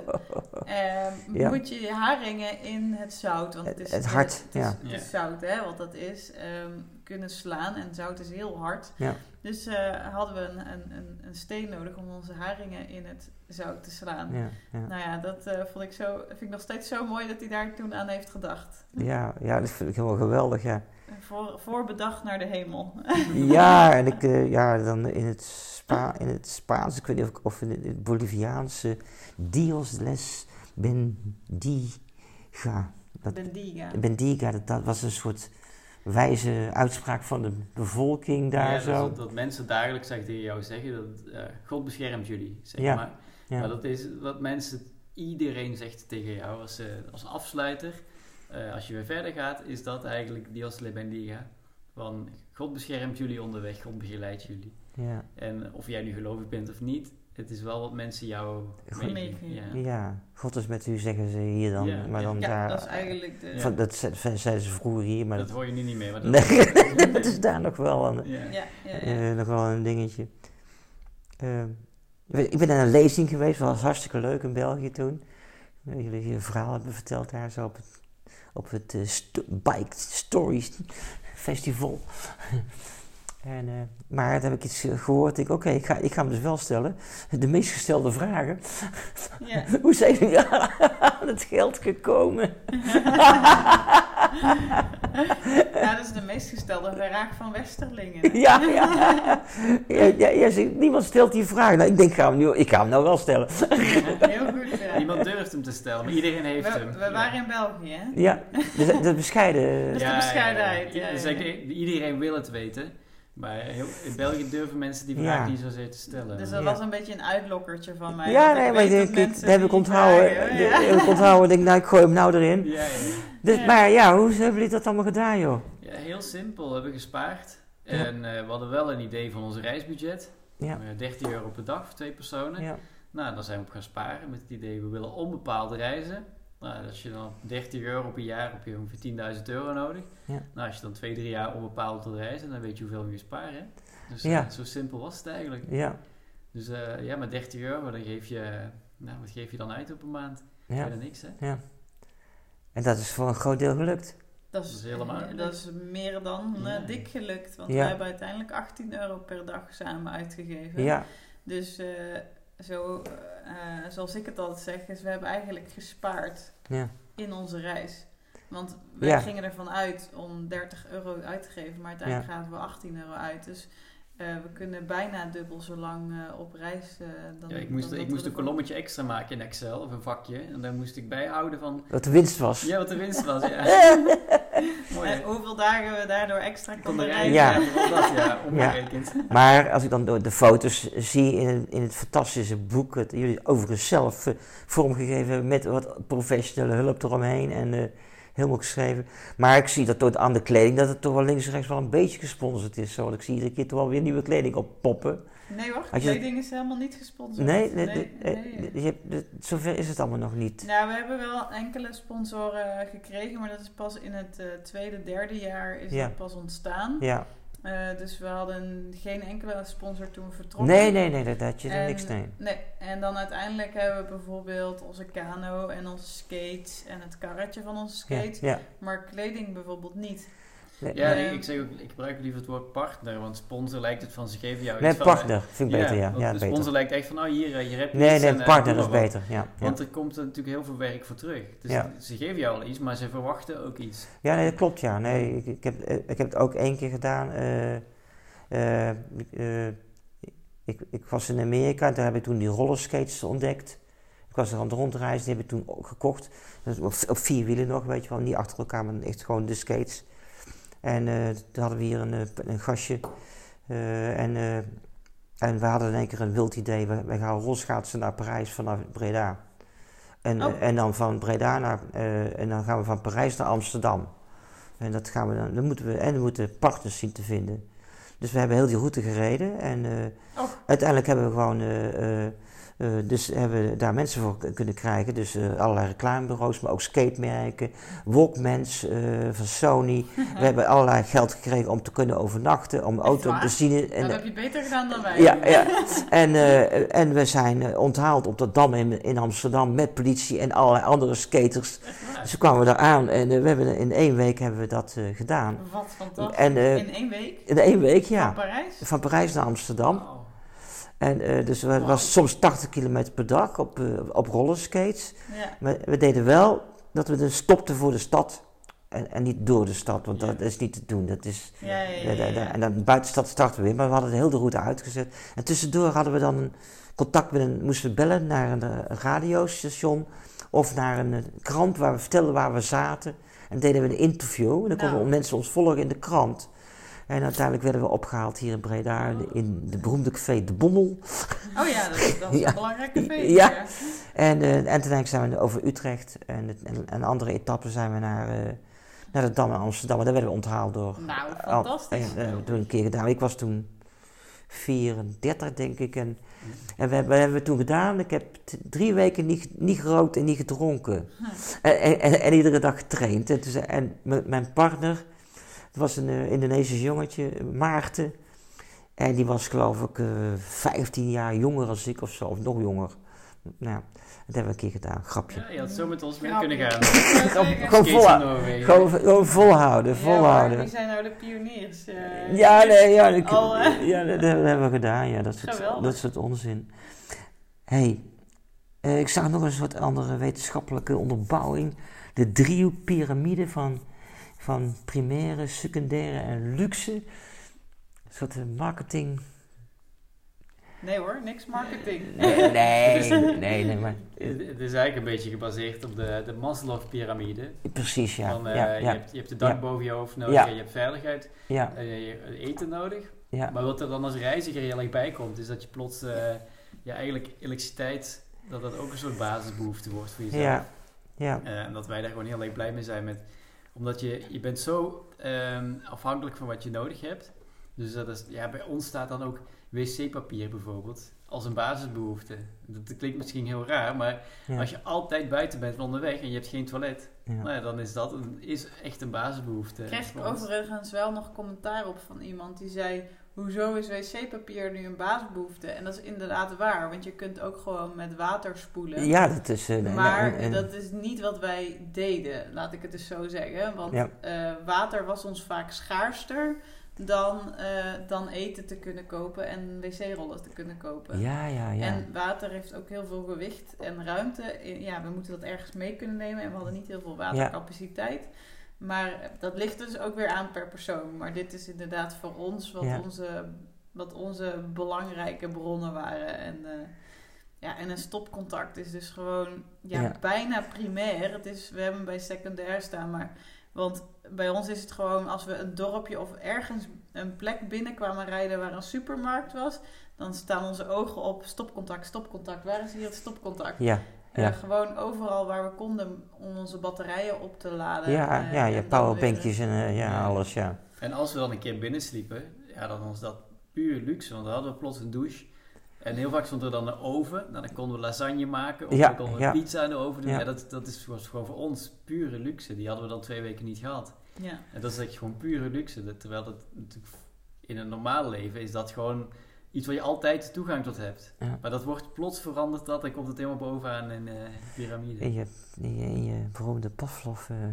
B: uh,
A: Ja.
B: moet je je haringen in het zout. Want het is
A: Het hart,
B: het is,
A: ja.
B: het is zout, hè, wat dat is. Um, kunnen slaan en zout is heel hard.
A: Ja.
B: Dus uh, hadden we een, een, een, een steen nodig om onze haringen in het zout te slaan.
A: ja, ja.
B: Nou ja, dat uh, vond ik zo, vind ik nog steeds zo mooi dat hij daar toen aan heeft gedacht.
A: Ja, ja, dat vind ik helemaal geweldig, ja.
B: Voor, voorbedacht naar de hemel.
A: Ja, en ik, uh, ja, dan in het, Spa, in het Spaans, ik weet niet of, ik- of in het, het Boliviaanse, Dios les bendiga. Dat,
B: Bendiga.
A: bendiga, dat, dat was een soort wijze uitspraak van de bevolking daar
C: ja,
A: zo.
C: Dat, dat mensen dagelijks tegen jou zeggen dat uh, God beschermt jullie, zeg
A: Ja.
C: maar.
A: Ja.
C: Maar dat is wat mensen, iedereen zegt tegen jou als, uh, als afsluiter. Uh, als je weer verder gaat, is dat eigenlijk Dios le bendiga. Van God beschermt jullie onderweg, God begeleidt jullie.
A: Ja.
C: En of jij nu gelovig bent of niet, het is wel wat mensen jou
B: Goed
C: meegeven.
B: meegeven.
C: Ja.
A: ja, God is met u, zeggen ze hier dan.
C: Ja.
A: Maar dan
B: Ja,
A: daar,
B: dat is eigenlijk de...
A: van, dat ze- van- zeiden ze vroeger hier, maar
C: Dat
A: dat,
C: hoor je nu niet meer. Maar dat
A: nee, dat is daar nog wel een,
C: ja.
B: Ja, ja, ja.
A: eh, nog wel een dingetje. Eh, ik ben naar een lezing geweest, dat was hartstikke leuk in België toen. Uh, jullie hier een verhaal hebben verteld daar zo op het, op het uh, sto- Bike Stories Festival. En, uh, maar dan heb ik iets uh, gehoord. Ik, oké, ik, ga, ik ga hem dus wel stellen. De meest gestelde vragen.
B: Ja.
A: Hoe zijn jullie aan het geld gekomen?
B: Ja, dat is de meest gestelde vraag van Westerlingen.
A: ja, ja. ja, ja, ja zegt, niemand stelt die vraag. Nou, ik denk, ga hem nu, ik ga hem nou wel stellen.
B: Heel goed. Ja.
C: Niemand durft hem te stellen, maar iedereen heeft
B: We,
C: hem.
B: we waren in België, hè?
A: ja, de, de bescheiden.
B: Dus de bescheidenheid, ja,
C: Dus
B: ja.
C: ik- iedereen wil het weten. Maar heel, in België durven mensen die vraag
A: Ja.
C: niet zozeer te stellen.
B: Dus dat
A: Ja.
B: was een beetje een uitlokkertje van mij.
A: Ja,
B: want ik
A: nee, maar
B: weet
A: ik,
B: dat
A: ik,
B: mensen
A: dat heb ik
B: die
A: onthouden.
B: vragen,
A: Dat
B: ja.
A: heb ik onthouden. Ik denk, nou, ik gooi hem nou erin.
C: Ja, ja,
A: Dus,
B: Ja.
A: Maar ja, hoe hebben jullie dat allemaal gedaan, joh?
C: ja, heel simpel. We hebben gespaard.
A: Ja.
C: En eh, we hadden wel een idee van ons reisbudget.
A: Ja,
C: Eh, dertien euro per dag voor twee personen.
A: ja,
C: Nou, dan zijn we op gaan sparen met het idee, we willen onbepaald reizen. Nou, als je dan dertig euro per jaar, heb je ongeveer tienduizend euro nodig.
A: Ja.
C: Nou, als je dan twee, drie jaar onbepaald wil reizen, dan weet je hoeveel je spaart. Hè? Dus
A: Ja.
C: eh, zo simpel was het eigenlijk.
A: ja,
C: Dus eh, ja, met dertig euro, dan geef je, nou, wat geef je dan uit op een maand?
A: ja.
C: Bijna niks, hè?
A: Ja. En dat is voor een groot deel gelukt.
B: Dat
C: Dat
B: is,
C: is helemaal
B: eh, dat is meer dan eh,
C: Ja.
B: dik gelukt. Want
A: Ja.
B: we hebben uiteindelijk achttien euro per dag samen uitgegeven.
A: Ja,
B: Dus eh, zo, eh, zoals ik het altijd zeg, is we hebben eigenlijk gespaard
A: ja,
B: in onze reis. Want we
A: Ja.
B: gingen ervan uit om dertig euro uit te geven, maar uiteindelijk gaven we achttien euro uit. Dus eh, we kunnen bijna dubbel zo lang eh, op reis eh, dan
C: Ja, ik moest,
B: dan
C: ik
B: dat
C: moest
B: we
C: een
B: ervan-
C: kolommetje extra maken in Excel, of een vakje. En daar moest ik bijhouden van,
A: wat de winst was.
C: ja, wat de winst was, ja. Mooi,
B: En
C: hè?
B: hoeveel dagen we daardoor extra
C: Kon
B: konden
C: er
B: reizen.
A: Ja.
C: rijden, ja, dat, ja, omgerekend.
A: Maar als ik dan door de foto's zie in het, in het fantastische boek, dat jullie overigens zelf eh, vormgegeven hebben met wat professionele hulp eromheen en eh, helemaal geschreven. Maar ik zie dat door aan de kleding dat het toch wel links en rechts wel een beetje gesponsord is. Zo. Want ik zie iedere keer toch wel weer nieuwe kleding oppoppen.
B: Nee hoor,
A: Had je-
B: kleding is helemaal niet gesponsord.
A: Nee, nee,
B: nee,
A: nee,
B: nee.
A: eh, je hebt- de- zover is het allemaal nog niet.
B: Nou, we hebben wel enkele sponsoren gekregen, maar dat is pas in het eh, tweede, derde jaar is
A: Ja.
B: dat pas ontstaan.
A: Ja.
B: Eh, dus we hadden geen enkele sponsor toen we vertrokken.
A: Nee, nee, nee, dat had je er
B: En-
A: niks nee.
B: Nee, en dan uiteindelijk hebben we bijvoorbeeld onze kano en onze skates en het karretje van onze
A: Ja,
B: skates,
A: ja.
B: maar kleding bijvoorbeeld niet.
A: Nee,
C: Ja,
B: Nee.
C: ik, ik zeg ook, ik gebruik liever het woord partner, want sponsor lijkt het van ze geven jou
A: nee,
C: iets van...
A: partner vind ik
C: Ja,
A: beter, ja.
C: want
A: Ja,
C: de sponsor
A: beter.
C: lijkt echt van, nou hier, eh, je hebt
A: Nee,
C: iets
A: nee,
C: en, eh,
A: partner
C: doe
A: is
C: maar wat.
A: beter, ja. Ja,
C: Want er komt er natuurlijk heel veel werk voor terug. Dus
A: Ja.
C: ze geven jou al iets, maar ze verwachten ook iets.
A: ja nee, dat klopt, ja. Nee, ik, ik, heb, eh, ik heb het ook één keer gedaan. eh, eh, ik, eh, ik, ik was in Amerika en daar heb ik toen die rollerskates ontdekt. Ik was er aan het rondreizen, die heb ik toen ook gekocht. Dus op, op vier wielen nog, weet je wel, niet achter elkaar, maar echt gewoon de skates. En eh, toen hadden we hier een, eh, een gastje. eh, en, eh, en we hadden in één keer een wild idee. We, we gaan rolschaatsen naar Parijs vanaf Breda. En,
B: Oh.
A: eh, en dan van Breda naar... eh, en dan gaan we van Parijs naar Amsterdam. En dat gaan we dan... dan moeten we, en we moeten partners zien te vinden. Dus we hebben heel die route gereden. En eh,
B: Oh.
A: uiteindelijk hebben we gewoon... eh, eh, eh, dus hebben we daar mensen voor k- kunnen krijgen. Dus eh, allerlei reclamebureaus, maar ook skatemerken. Walkmans eh, van Sony. We hebben allerlei geld gekregen om te kunnen overnachten. Om auto,
B: waar?
A: benzine...
B: Dat
A: En,
B: heb je beter gedaan dan wij.
A: ja, ja. En, eh, en we zijn eh, onthaald op dat dam in, in Amsterdam met politie en allerlei andere skaters. Dus kwamen we daar aan en eh, we hebben, in één week hebben we dat eh, gedaan.
B: Wat fantastisch.
A: En, eh,
B: in één week?
A: In één week,
B: Van
A: ja.
B: Parijs?
A: Van Parijs naar Amsterdam.
C: Wauw.
A: En eh, dus het was soms tachtig kilometer per dag op, eh, op rollerskates.
B: Ja.
A: Maar we deden wel dat we dus stopten voor de stad en, en niet door de stad, want
C: Ja.
A: dat is niet te doen. Dat is,
B: Ja, ja, ja,
A: Ja, da- da-
B: ja.
A: en dan buiten de stad starten we weer, maar we hadden de hele route uitgezet. En tussendoor hadden we dan een contact met een, moesten we bellen naar een, eh, radiostation of naar een, eh, krant waar we vertelden waar we zaten. En deden we een interview. En dan konden
B: Nou.
A: mensen ons volgen in de krant. En uiteindelijk werden we opgehaald hier in Breda. In de beroemde café De Bommel.
B: Oh ja, dat, dat is
A: Ja.
B: een belangrijke feest.
A: Ja.
B: Ja.
A: En, uh, en uiteindelijk zijn we over Utrecht. En, het- en, en andere etappen zijn we naar, uh, naar de Dam en Amsterdam. En daar werden we onthaald door...
B: Nou,
A: al-
B: fantastisch.
A: En, uh, toen een keer gedaan. Ik was toen vierendertig, denk ik. En, en we, we hebben we toen gedaan. Ik heb t- drie weken niet, niet gerookt en niet gedronken.
B: Hm.
A: En, en, en, en iedere dag getraind. En, toen zei- en m- mijn partner, het was een uh, Indonesisch jongetje, Maarten. En die was geloof ik uh, vijftien jaar jonger als ik of zo, of nog jonger. Nou, dat hebben we een keer gedaan, grapje.
C: Ja, je had zo met ons mee
B: Grapje.
C: kunnen gaan.
B: Ja,
A: Gewoon-
B: zeker.
A: gewoon
C: Skaten
A: volhouden.
C: in Noorwegen.
A: Gewoon, gewoon volhouden,
B: Ja,
A: volhouden.
B: maar wie zijn nou de pioniers? eh?
A: Ja, nee, ja, ik-
B: Al, eh?
A: ja dat, dat hebben we gedaan. Ja, dat soort,
B: Geweldig.
A: dat soort onzin. Hé, hey, eh, ik zag nog een soort andere wetenschappelijke onderbouwing. De driehoekpyramide van, van primaire, secundaire en luxe. Een soort eh, marketing...
B: Nee hoor, niks marketing.
A: Nee, nee, nee, nee, maar...
C: Het het is eigenlijk een beetje gebaseerd op de, de Maslow-pyramide.
A: Precies, ja.
C: Van, eh,
A: ja,
C: je,
A: ja,
C: hebt, je hebt de dak
A: Ja.
C: boven je hoofd nodig
A: Ja.
C: en je hebt veiligheid
A: ja,
C: en je hebt eten nodig.
A: ja.
C: Maar wat er dan als reiziger heel erg bij komt, is dat je plots eh, ja, eigenlijk elektriciteit, dat dat ook een soort basisbehoefte wordt voor jezelf.
A: Ja, ja,
C: Eh, en dat wij daar gewoon heel erg blij mee zijn met. Omdat je, je bent zo ehm, afhankelijk van wat je nodig hebt. Dus dat is, ja, bij ons staat dan ook wc-papier bijvoorbeeld als een basisbehoefte. Dat klinkt misschien heel raar, maar
A: ja,
C: als je altijd buiten bent van onderweg en je hebt geen toilet,
A: ja.
C: nou ja, dan is dat een, is echt een basisbehoefte.
B: Kreeg ik
C: voor ons.
B: overigens wel nog commentaar op van iemand die zei... Hoezo is wc-papier nu een basisbehoefte? En dat is inderdaad waar, want je kunt ook gewoon met water spoelen.
A: Ja, dat is... eh, nee,
B: Maar
A: nee, en-
B: dat is niet wat wij deden, laat ik het dus zo zeggen. Want
A: Ja.
B: eh, water was ons vaak schaarster dan, eh, dan eten te kunnen kopen en wc-rollen te kunnen kopen.
A: Ja, ja, ja.
B: En water heeft ook heel veel gewicht en ruimte. Ja, we moeten dat ergens mee kunnen nemen en we hadden niet heel veel watercapaciteit. Maar dat ligt dus ook weer aan per persoon. Maar dit is inderdaad voor ons wat,
A: Ja.
B: onze, wat onze belangrijke bronnen waren. En, eh, ja, en een stopcontact is dus gewoon ja,
A: Ja.
B: bijna primair. Het is, we hebben hem bij secundair staan, maar... Want bij ons is het gewoon, als we een dorpje of ergens een plek binnenkwamen rijden waar een supermarkt was, dan staan onze ogen op stopcontact, stopcontact. Waar is hier het stopcontact?
A: Ja,
B: Eh,
A: ja.
B: gewoon overal waar we konden om onze batterijen op te laden.
A: Ja,
B: eh,
A: ja, je
B: en dan
A: powerbankjes en eh, ja,
C: Ja.
A: alles, ja.
C: En als we dan een keer binnensliepen, ja, dan was dat puur luxe, want dan hadden we plots een douche. En heel vaak stond er dan een oven, nou, dan konden we lasagne maken of
A: Ja,
C: dan konden we
A: ja.
C: pizza in de oven doen.
A: Ja.
C: Ja. dat, dat is, was gewoon voor ons pure luxe, die hadden we dan twee weken niet gehad.
B: weer- Ja.
C: En dat is echt gewoon pure luxe, dat- terwijl dat natuurlijk in een normaal leven is dat gewoon iets waar je altijd toegang tot hebt.
A: Ja.
C: Maar dat wordt plots veranderd dat, dan komt het helemaal bovenaan in eh, de piramide.
A: In je, in je, in je beroemde Pavlov. eh.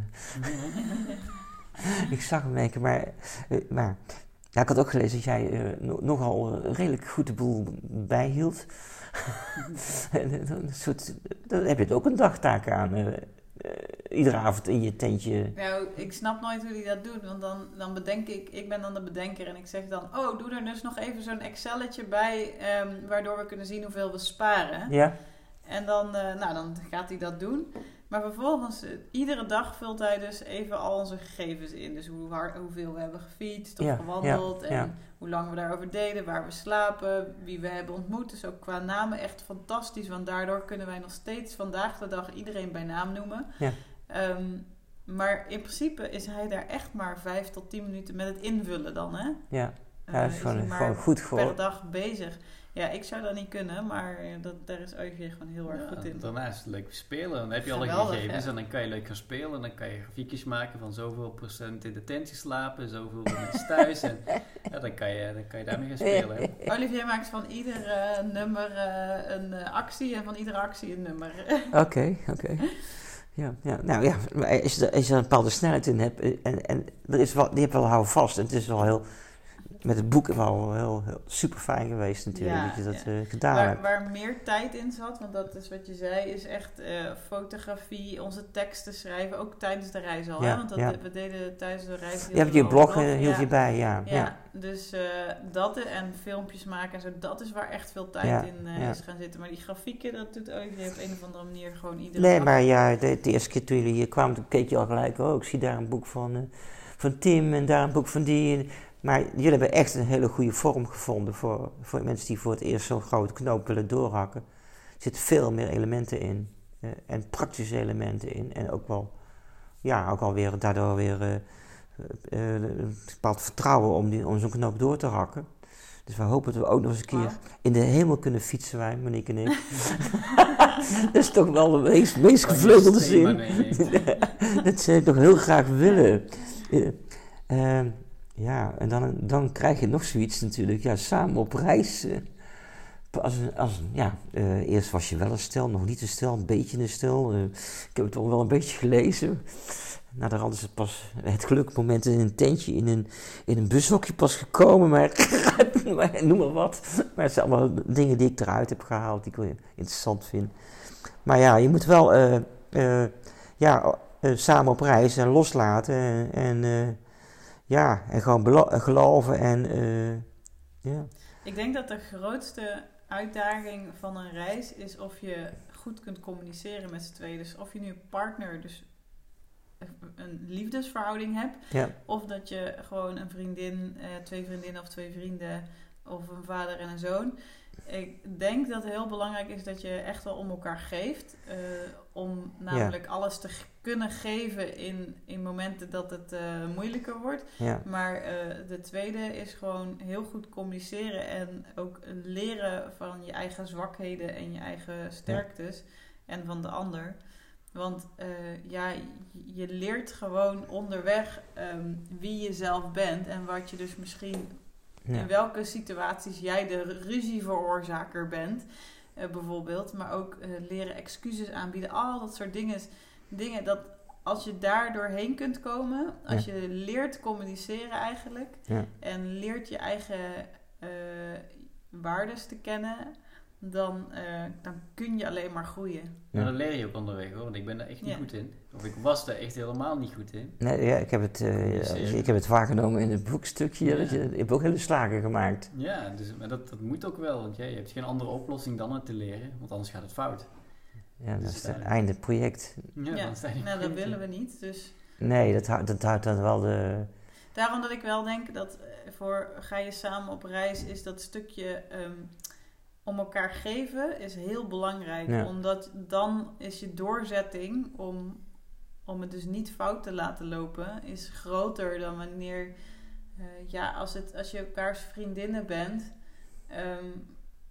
A: Ik zag hem denken, maar, eh, maar ja, ik had ook gelezen dat jij eh, no- nogal een redelijk goed de boel bijhield. En, eh, dan, soort, dan heb je het ook een dagtaak aan. eh, eh, iedere avond in je tentje.
B: Nou, ik snap nooit hoe hij dat doet, want dan, dan bedenk ik, ik ben dan de bedenker en ik zeg dan, oh, doe er dus nog even zo'n Excelletje bij, ehm, waardoor we kunnen zien hoeveel we sparen.
A: Ja?
B: En dan, eh, nou, dan gaat hij dat doen. Maar vervolgens, eh, iedere dag vult hij dus even al onze gegevens in. Dus hoe hard, hoeveel we hebben gefietst of
A: Ja,
B: gewandeld.
A: ja,
B: en
A: ja.
B: hoe lang we daarover deden, waar we slapen, wie we hebben ontmoet. Dus ook qua namen echt fantastisch. Want daardoor kunnen wij nog steeds vandaag de dag iedereen bij naam noemen.
A: Ja.
B: Ehm, maar in principe is hij daar echt maar vijf tot tien minuten met het invullen dan, hè?
A: Ja,
B: Eh,
A: ja dat is
B: is
A: gewoon,
B: hij maar
A: gewoon goed
B: per
A: voor.
B: dag bezig. Ja, ik zou dat niet kunnen, maar eh, dat, daar is Eugen gewoon heel erg
C: Ja,
B: goed in.
C: daarna is het leuk spelen. Dan heb je alle
B: Geweldig,
C: gegevens
B: ja.
C: en dan kan je leuk gaan spelen. En dan kan je grafiekjes maken van zoveel procent in de tent geslapen, zoveel mensen thuis. En ja, dan, kan je, dan kan je daarmee gaan spelen. hè.
B: Olivier maakt van ieder eh, nummer eh, een eh, actie en van iedere actie een nummer.
A: Oké, oké. Ja, ja, nou ja, maar als je, er- als je er een bepaalde snelheid in hebt eh, en, en er is wel, die heb wel hou vast. En het is wel heel, met het boek wel heel, heel super fijn geweest natuurlijk
B: Ja,
A: dat je dat
B: ja.
A: eh, gedaan
B: waar,
A: hebt.
B: waar meer tijd in zat, want dat is wat je zei, is echt eh, fotografie, onze teksten schrijven, ook tijdens de reis al.
A: Ja,
B: hè? Want dat,
A: ja.
B: we deden tijdens de reis heel
A: Je hebt
B: veel
A: je blog,
B: blog,
A: eh, hield
B: ja.
A: je bij, ja.
B: Ja,
A: ja.
B: dus uh, dat en filmpjes maken en zo, dat is waar echt veel tijd
A: ja,
B: in uh,
A: ja.
B: is gaan zitten. Maar die grafieken, dat doet Olivier op een of andere manier gewoon iedere
A: Nee,
B: dag.
A: maar ja, de, de eerste keer toen jullie hier kwamen, toen keek je al gelijk, oh, ik zie daar een boek van, uh, van Tim en daar een boek van die. Maar jullie hebben echt een hele goede vorm gevonden voor, voor mensen die voor het eerst zo'n grote knoop willen doorhakken. Er zitten veel meer elementen in uh, en praktische elementen in en ook wel, ja, ook alweer daardoor weer uh, uh, een bepaald vertrouwen om, die, om zo'n knoop door te hakken. Dus we hopen dat we ook nog eens een keer wow. in de hemel kunnen fietsen, wij, Monique en ik. Dat is toch wel de meest, meest gevleugelde zin. Dat zou ik toch heel graag willen. Uh, uh, ja, en dan, dan krijg je nog zoiets natuurlijk. Ja, samen op reis. Uh, als een, als een, ja, uh, eerst was je wel een stel, nog niet een stel, een beetje een stel. Uh, ik heb het toch wel een beetje gelezen. Nou, daar hadden ze pas het geluksmoment in een tentje, in een, in een bushokje pas gekomen, maar, maar noem maar wat. Maar het zijn allemaal dingen die ik eruit heb gehaald, die ik wel interessant vind. Maar ja, je moet wel uh, uh, ja, uh, samen op reis en loslaten en, en, uh, ja, en gewoon belo- geloven en uh, ja.
B: Ik denk dat de grootste uitdaging van een reis is of je goed kunt communiceren met z'n tweeën. Dus of je nu een partner, dus een liefdesverhouding hebt,
A: ja.
B: of dat je gewoon een vriendin, uh, twee vriendinnen of twee vrienden of een vader en een zoon. Ik denk dat het heel belangrijk is dat je echt wel om elkaar geeft, uh, om namelijk ja. alles te g- kunnen geven in, in momenten dat het uh, moeilijker wordt.
A: Ja.
B: Maar uh, de tweede is gewoon heel goed communiceren en ook leren van je eigen zwakheden en je eigen sterktes ja. en van de ander. Want uh, ja, je leert gewoon onderweg um, wie je zelf bent en wat je dus misschien, ja. in welke situaties jij de ruzieveroorzaker bent, uh, bijvoorbeeld. Maar ook uh, leren excuses aanbieden, al dat soort dingen. Dingen dat als je daar doorheen kunt komen, als ja. je leert communiceren eigenlijk
A: ja.
B: en leert je eigen uh, waardes te kennen, dan, uh, dan kun je alleen maar groeien.
C: Ja, dat leer je ook onderweg hoor, want ik ben daar echt niet ja. goed in. Of ik was daar echt helemaal niet goed in.
A: Nee, ja, ik heb het, uh, ik heb het waargenomen in het boekstukje. Ja. Dat je, ik heb ook hele slagen gemaakt.
C: Ja, dus, maar dat, dat moet ook wel, want ja, je hebt geen andere oplossing dan het te leren, want anders gaat het fout.
A: Ja, dat dus is het einde project.
B: Ja, ja. Nou, project, dat willen we niet, dus...
A: Nee, dat houdt, dat houdt dan wel de...
B: Daarom dat ik wel denk dat voor ga je samen op reis is dat stukje... Um, om elkaar geven is heel belangrijk. Ja. Omdat dan is je doorzetting om, om het dus niet fout te laten lopen, is groter dan wanneer, uh, ja, als, het, als je elkaars vriendinnen bent um,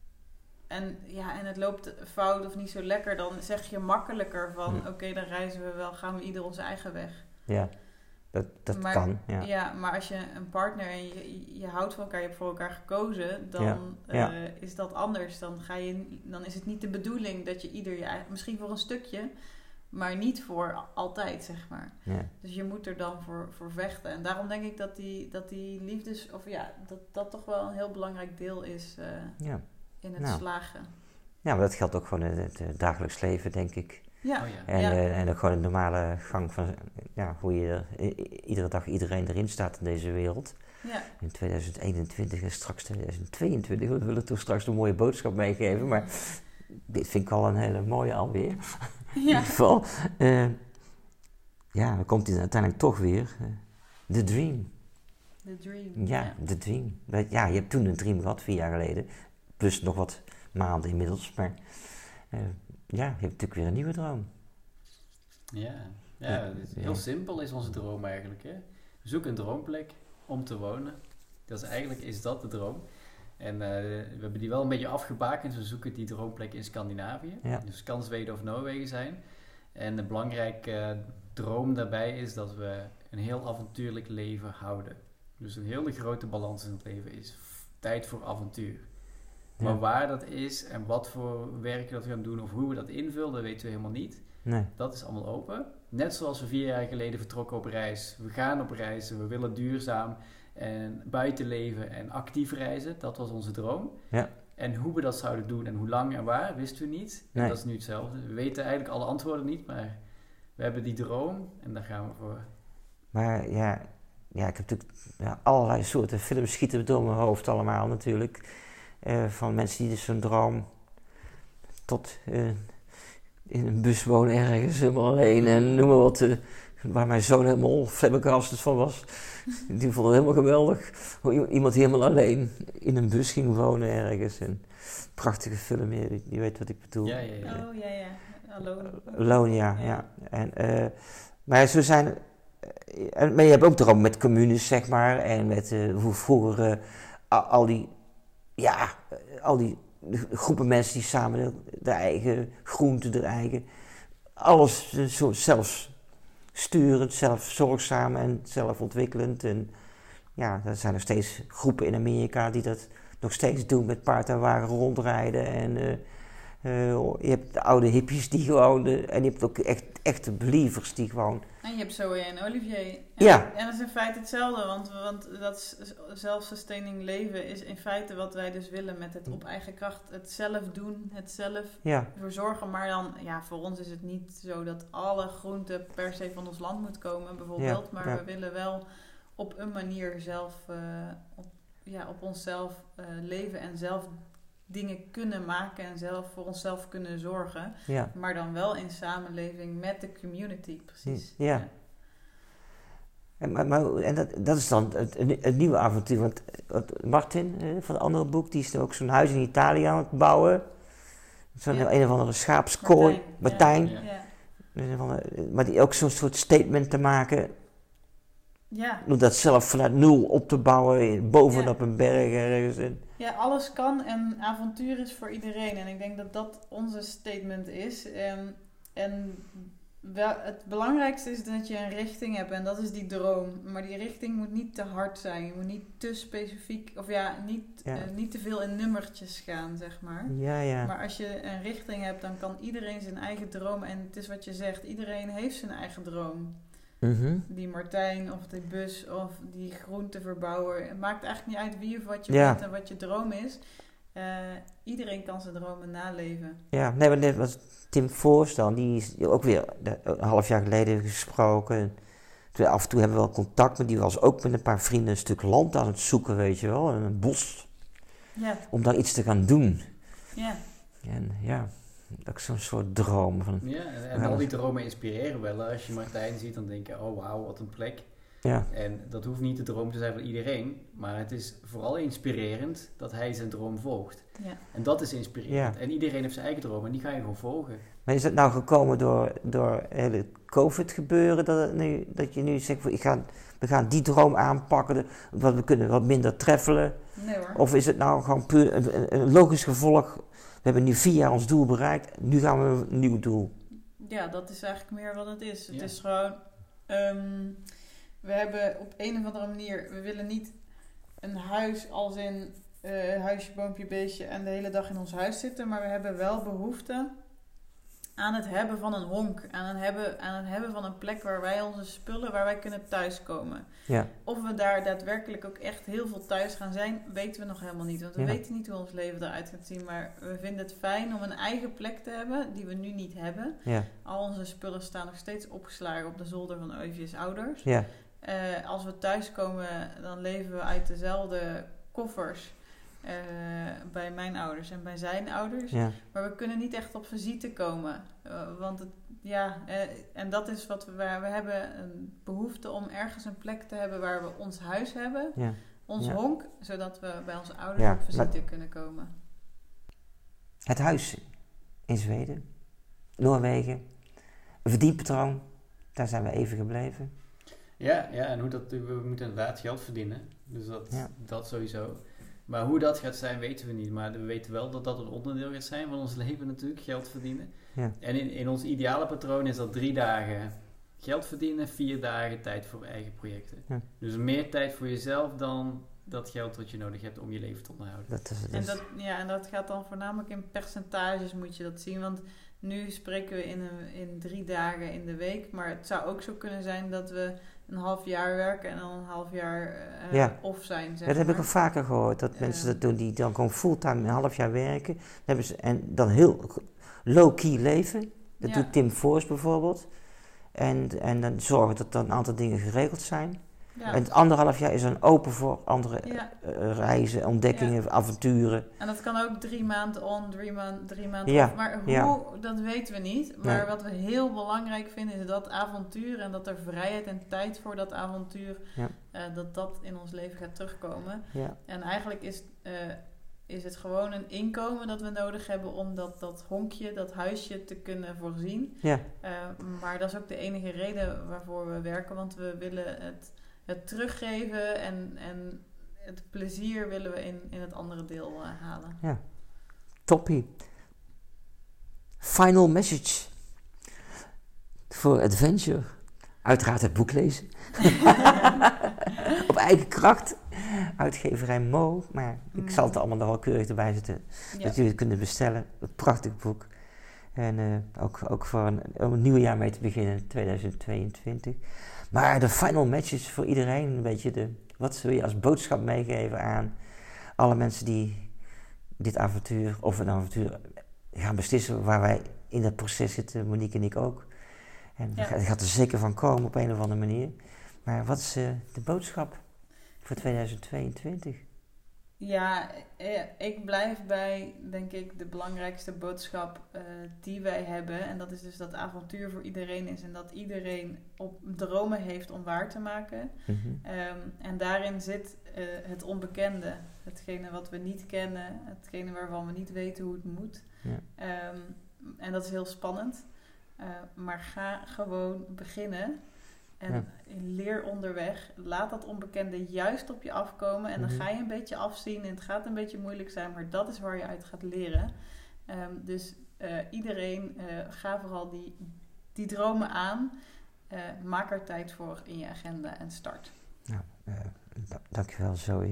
B: en, ja, en het loopt fout of niet zo lekker, dan zeg je makkelijker van, ja. oké, okay, dan reizen we wel, gaan we ieder onze eigen weg.
A: Ja. Dat, dat
B: maar,
A: kan, ja.
B: ja. Maar als je een partner en je, je houdt van elkaar, je hebt voor elkaar gekozen, dan
A: ja. Ja.
B: Uh, is dat anders. Dan, ga je, dan is het niet de bedoeling dat je ieder je eigen... Misschien voor een stukje, maar niet voor altijd, zeg maar.
A: Ja.
B: Dus je moet er dan voor, voor vechten. En daarom denk ik dat die, dat die liefdes... Of ja, dat dat toch wel een heel belangrijk deel is uh,
A: ja.
B: in het
A: nou.
B: slagen.
A: Ja, maar dat geldt ook gewoon in het, het dagelijks leven, denk ik.
B: Ja.
C: Oh, ja.
A: En,
B: ja.
A: uh, en ook gewoon de normale gang van, ja, hoe je er, i- iedere dag iedereen erin staat in deze wereld.
B: Ja.
A: In tweeduizend eenentwintig en straks tweeduizend tweeëntwintig, we willen toch straks een mooie boodschap meegeven, maar dit vind ik al een hele mooie alweer.
B: Ja.
A: In ieder geval, uh, ja, dan komt hij uiteindelijk toch weer, de uh, dream.
B: The dream.
A: Ja, de ja. dream. Ja, je hebt toen een dream gehad, vier jaar geleden, plus nog wat maanden inmiddels, maar... Uh, Ja, je hebt natuurlijk weer een nieuwe droom.
C: Ja, ja, ja heel ja. simpel is onze droom eigenlijk. Hè? Zoek een droomplek om te wonen. Dat is eigenlijk is dat de droom. En uh, we hebben die wel een beetje afgebakend. We zoeken die droomplek in Scandinavië.
A: Ja.
C: Dus kan Zweden of Noorwegen zijn. En een belangrijke uh, droom daarbij is dat we een heel avontuurlijk leven houden. Dus een hele grote balans in het leven is f- tijd voor avontuur. Ja. Maar waar dat is en wat voor werk dat we gaan doen of hoe we dat invullen, dat weten we helemaal niet.
A: Nee.
C: Dat is allemaal open. Net zoals we vier jaar geleden vertrokken op reis. We gaan op reis, we willen duurzaam en buiten leven en actief reizen. Dat was onze droom.
A: Ja.
C: En hoe we dat zouden doen en hoe lang en waar, wisten we niet. En
A: nee.
C: dat is nu hetzelfde. We weten eigenlijk alle antwoorden niet, maar we hebben die droom en daar gaan we voor.
A: Maar ja, ja, ik heb natuurlijk ja, allerlei soorten films schieten door mijn hoofd allemaal natuurlijk. Uh, van mensen die dus zo'n droom tot uh, in een bus wonen ergens helemaal alleen en noem maar wat. Uh, waar mijn zoon helemaal flabbergasted van was. Die vond het helemaal geweldig. Iemand die helemaal alleen in een bus ging wonen ergens. Een prachtige film, je, je weet wat ik bedoel.
C: Ja, ja, ja.
B: Oh, ja, ja. Alone.
A: Alone, ja. ja. ja. En, uh, maar zo zijn... Uh, maar je hebt ook dromen met communes, zeg maar. En met uh, hoe vroeger uh, al, al die... Ja, al die groepen mensen die samen de, de eigen groenten, de eigen... Alles uh, zo zelfs... sturend, zelfzorgzaam en zelfontwikkelend. En ja, er zijn nog steeds groepen in Amerika die dat nog steeds doen met paard en wagen rondrijden. En uh, uh, je hebt de oude hippies die gewoon, de, en je hebt ook echt echte believers die gewoon...
B: En je hebt Zoe en Olivier. En,
A: ja.
B: En dat is in feite hetzelfde, want, want dat zelfsustaining leven is in feite wat wij dus willen met het op eigen kracht. Het zelf doen, het zelf
A: ja.
B: verzorgen. Maar dan, ja, voor ons is het niet zo dat alle groenten per se van ons land moet komen, bijvoorbeeld. Ja, maar ja. we willen wel op een manier zelf, uh, op, ja, op onszelf uh, leven en zelf dingen kunnen maken en zelf voor onszelf kunnen zorgen.
A: Ja.
B: Maar dan wel in samenleving met de community, precies.
A: Ja. ja. En, maar, maar, en dat, dat is dan het, het nieuwe avontuur. Want Martin eh, van het andere boek, die is ook zo'n huis in Italië aan het bouwen. Zo'n ja. een of andere schaapskooi. Martijn.
B: Ja. Ja.
A: Ja. Maar die ook zo'n soort statement te maken.
B: Ja.
A: Om dat zelf vanuit nul op te bouwen, bovenop ja. een berg ergens. En
B: ja, alles kan en avontuur is voor iedereen. En ik denk dat dat onze statement is. En, en wel, het belangrijkste is dat je een richting hebt en dat is die droom. Maar die richting moet niet te hard zijn. Je moet niet te specifiek, of ja, niet, ja. Uh, niet te veel in nummertjes gaan, zeg maar.
A: Ja, ja.
B: Maar als je een richting hebt, dan kan iedereen zijn eigen droom. En het is wat je zegt, iedereen heeft zijn eigen droom.
A: Mm-hmm.
B: Die Martijn of die bus of die groenteverbouwer. Het maakt eigenlijk niet uit wie of wat je
A: ja.
B: bent en wat je droom is. Uh, iedereen kan zijn dromen naleven.
A: Ja, nee, maar net was Tim Voors dan, die is ook weer een half jaar geleden gesproken. Toen, af en toe hebben we wel contact met die, was ook met een paar vrienden een stuk land aan het zoeken, weet je wel, een bos.
B: Ja.
A: Om daar iets te gaan doen.
B: Ja.
A: En ja, dat is zo'n soort droom. Van,
C: ja, en, en al die dromen inspireren wel. Als je Martijn ziet, dan denk je, oh wauw, wat een plek.
A: Ja.
C: En dat hoeft niet de droom te zijn van iedereen, maar het is vooral inspirerend dat hij zijn droom volgt.
B: Ja.
C: En dat is inspirerend.
A: Ja.
C: En iedereen heeft zijn eigen droom en die ga je gewoon volgen.
A: Maar is dat nou gekomen door, door hele COVID gebeuren, dat, het nu, dat je nu zegt, ik ga, we gaan die droom aanpakken, want we kunnen wat minder treffelen?
B: Nee hoor.
A: Of is het nou gewoon puur een, een logisch gevolg, we hebben nu vier jaar ons doel bereikt, nu gaan we een nieuw doel?
B: Ja, dat is eigenlijk meer wat het is. Het
C: ja.
B: is gewoon... Um, we hebben op een of andere manier, we willen niet een huis als in uh, huisje, boompje, beestje en de hele dag in ons huis zitten, maar we hebben wel behoefte aan het hebben van een honk, aan het hebben, aan het hebben van een plek waar wij onze spullen, waar wij kunnen thuiskomen.
A: Ja.
B: Of we daar daadwerkelijk ook echt heel veel thuis gaan zijn, weten we nog helemaal niet, want we
A: Ja.
B: weten niet hoe ons leven eruit gaat zien, maar we vinden het fijn om een eigen plek te hebben, die we nu niet hebben.
A: Ja.
B: Al onze spullen staan nog steeds opgeslagen op de zolder van Olivier's ouders.
A: Ja.
B: Uh, als we thuiskomen, dan leven we uit dezelfde koffers uh, bij mijn ouders en bij zijn ouders.
A: Ja.
B: Maar we kunnen niet echt op visite komen. Uh, want het, ja, uh, en dat is wat we, waar we hebben een behoefte om ergens een plek te hebben waar we ons huis hebben.
A: Ja.
B: Ons
A: Ja.
B: honk, zodat we bij onze ouders
A: Ja,
B: op visite
A: maar
B: kunnen komen.
A: Het huis in Zweden, Noorwegen, een verdienpatroon, daar zijn we even gebleven.
C: Ja, ja, en hoe dat, we moeten inderdaad geld verdienen. Dus dat,
A: Ja.
C: dat sowieso. Maar hoe dat gaat zijn, weten we niet. Maar we weten wel dat dat een onderdeel gaat zijn van ons leven natuurlijk, geld verdienen.
A: Ja.
C: En in, in ons ideale patroon is dat drie dagen geld verdienen, vier dagen tijd voor eigen projecten.
A: Ja.
C: Dus meer tijd voor jezelf dan dat geld wat je nodig hebt om je leven te onderhouden.
A: Dat is, dat
B: En
A: is,
B: dat, ja, en dat gaat dan voornamelijk in percentages moet je dat zien. Want nu spreken we in, een, in drie dagen in de week. Maar het zou ook zo kunnen zijn dat we een half jaar werken en dan een half jaar uh,
A: Ja.
B: off zijn. Zeg
A: dat heb
B: maar.
A: ik al vaker gehoord, dat
B: Ja.
A: mensen dat doen, die dan gewoon fulltime een half jaar werken. Dan hebben ze, en dan heel low-key leven. Dat
B: Ja.
A: doet Tim Voors bijvoorbeeld. En, en dan zorgen dat er een aantal dingen geregeld zijn.
B: Ja.
A: En het anderhalf jaar is dan open voor andere
B: Ja.
A: uh, reizen, ontdekkingen,
B: Ja.
A: avonturen.
B: En dat kan ook drie maanden on, drie, maand, drie maanden
A: Ja,
B: off. Maar hoe,
A: ja.
B: dat weten we niet. Maar
A: Nee.
B: wat we heel belangrijk vinden is dat avontuur en dat er vrijheid en tijd voor dat avontuur,
A: Ja.
B: uh, dat dat in ons leven gaat terugkomen.
A: Ja.
B: En eigenlijk is, uh, is het gewoon een inkomen dat we nodig hebben om dat, dat honkje, dat huisje te kunnen voorzien.
A: Ja.
B: Uh, maar dat is ook de enige reden waarvoor we werken, want we willen het, het teruggeven en, en het plezier willen we in, in het andere deel uh, halen.
A: Ja, toppie. Final message voor Adventure. Uiteraard het boek lezen. Op eigen kracht. Uitgeverij Mo. Maar ik
B: Mm.
A: zal het allemaal nog wel keurig erbij zetten.
B: Ja.
A: Dat jullie het kunnen bestellen. Een prachtig boek. En uh, ook, ook voor een, om een nieuw jaar mee te beginnen, tweeduizend tweeëntwintig. Maar de final message voor iedereen. Een beetje de, wat wil je als boodschap meegeven aan alle mensen die dit avontuur, of een avontuur, gaan beslissen, waar wij in dat proces zitten, Monique en ik ook. En
B: Ja.
A: het gaat er zeker van komen op een of andere manier. Maar wat is uh, de boodschap voor tweeduizend tweeëntwintig?
B: Ja, eh, ik blijf bij, denk ik, de belangrijkste boodschap uh, die wij hebben. En dat is dus dat avontuur voor iedereen is. En dat iedereen op dromen heeft om waar te maken.
A: Mm-hmm.
B: Um, en daarin zit uh, het onbekende. Hetgene wat we niet kennen. Hetgene waarvan we niet weten hoe het moet.
A: Ja.
B: Um, en dat is heel spannend. Uh, maar ga gewoon beginnen. En
A: Ja.
B: leer onderweg. Laat dat onbekende juist op je afkomen. En dan
A: Mm-hmm.
B: ga je een beetje afzien. En het gaat een beetje moeilijk zijn. Maar dat is waar je uit gaat leren. Um, dus uh, iedereen, uh, ga vooral die, die dromen aan. Uh, maak er tijd voor in je agenda en start.
A: Nou, uh, d- dankjewel Zoe.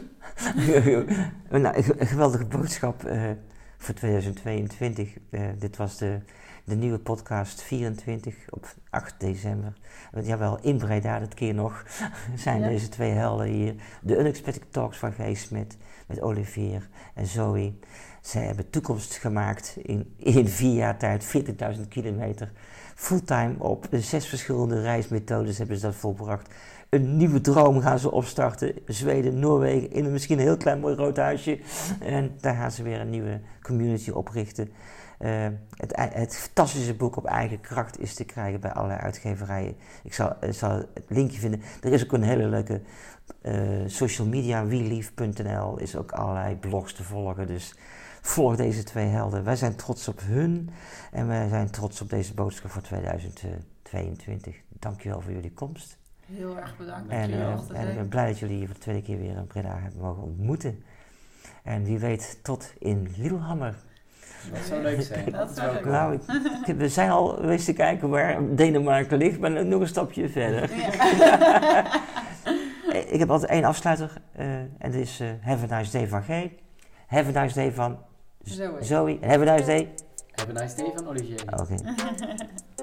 A: nou, een geweldige boodschap uh, voor tweeduizend tweeëntwintig. Uh, dit was de, de nieuwe podcast vierentwintig op acht december. Uh, jawel, in Breda dit keer nog zijn
B: Ja.
A: deze twee helden hier. De Unexpected Talks van Gijs Smit met Olivier en Zoe. Zij hebben toekomst gemaakt in, in vier jaar tijd, veertigduizend kilometer. Fulltime op zes verschillende reismethodes hebben ze dat volbracht. Een nieuwe droom gaan ze opstarten. Zweden, Noorwegen, in een misschien een heel klein mooi rood huisje. En daar gaan ze weer een nieuwe community oprichten. Uh, het, het fantastische boek op eigen kracht is te krijgen bij allerlei uitgeverijen. Ik zal, ik zal het linkje vinden. Er is ook een hele leuke uh, social media, welief punt n l, is ook allerlei blogs te volgen. Dus volg deze twee helden. Wij zijn trots op hun en wij zijn trots op deze boodschap voor tweeduizend tweeëntwintig. Dankjewel voor jullie komst.
B: Heel erg bedankt.
A: En,
B: dat je
A: uh,
B: mocht
A: en ik
B: zijn.
A: ben blij dat jullie hier voor de tweede keer weer in Breda hebben mogen ontmoeten. En wie weet tot in Lillehammer.
C: Dat zou leuk zijn.
B: Dat zou leuk
A: Nou, ik, ik, we zijn al geweest te kijken waar Denemarken ligt, maar nog een stapje verder.
B: Ja.
A: Ik heb altijd één afsluiter uh, en dat is uh, Have a Nice Day van G. Have a Nice Day van
B: Zoe.
A: Zoe. En Have a Nice Day.
C: Have a nice day van Olivier.
A: Oké. Okay.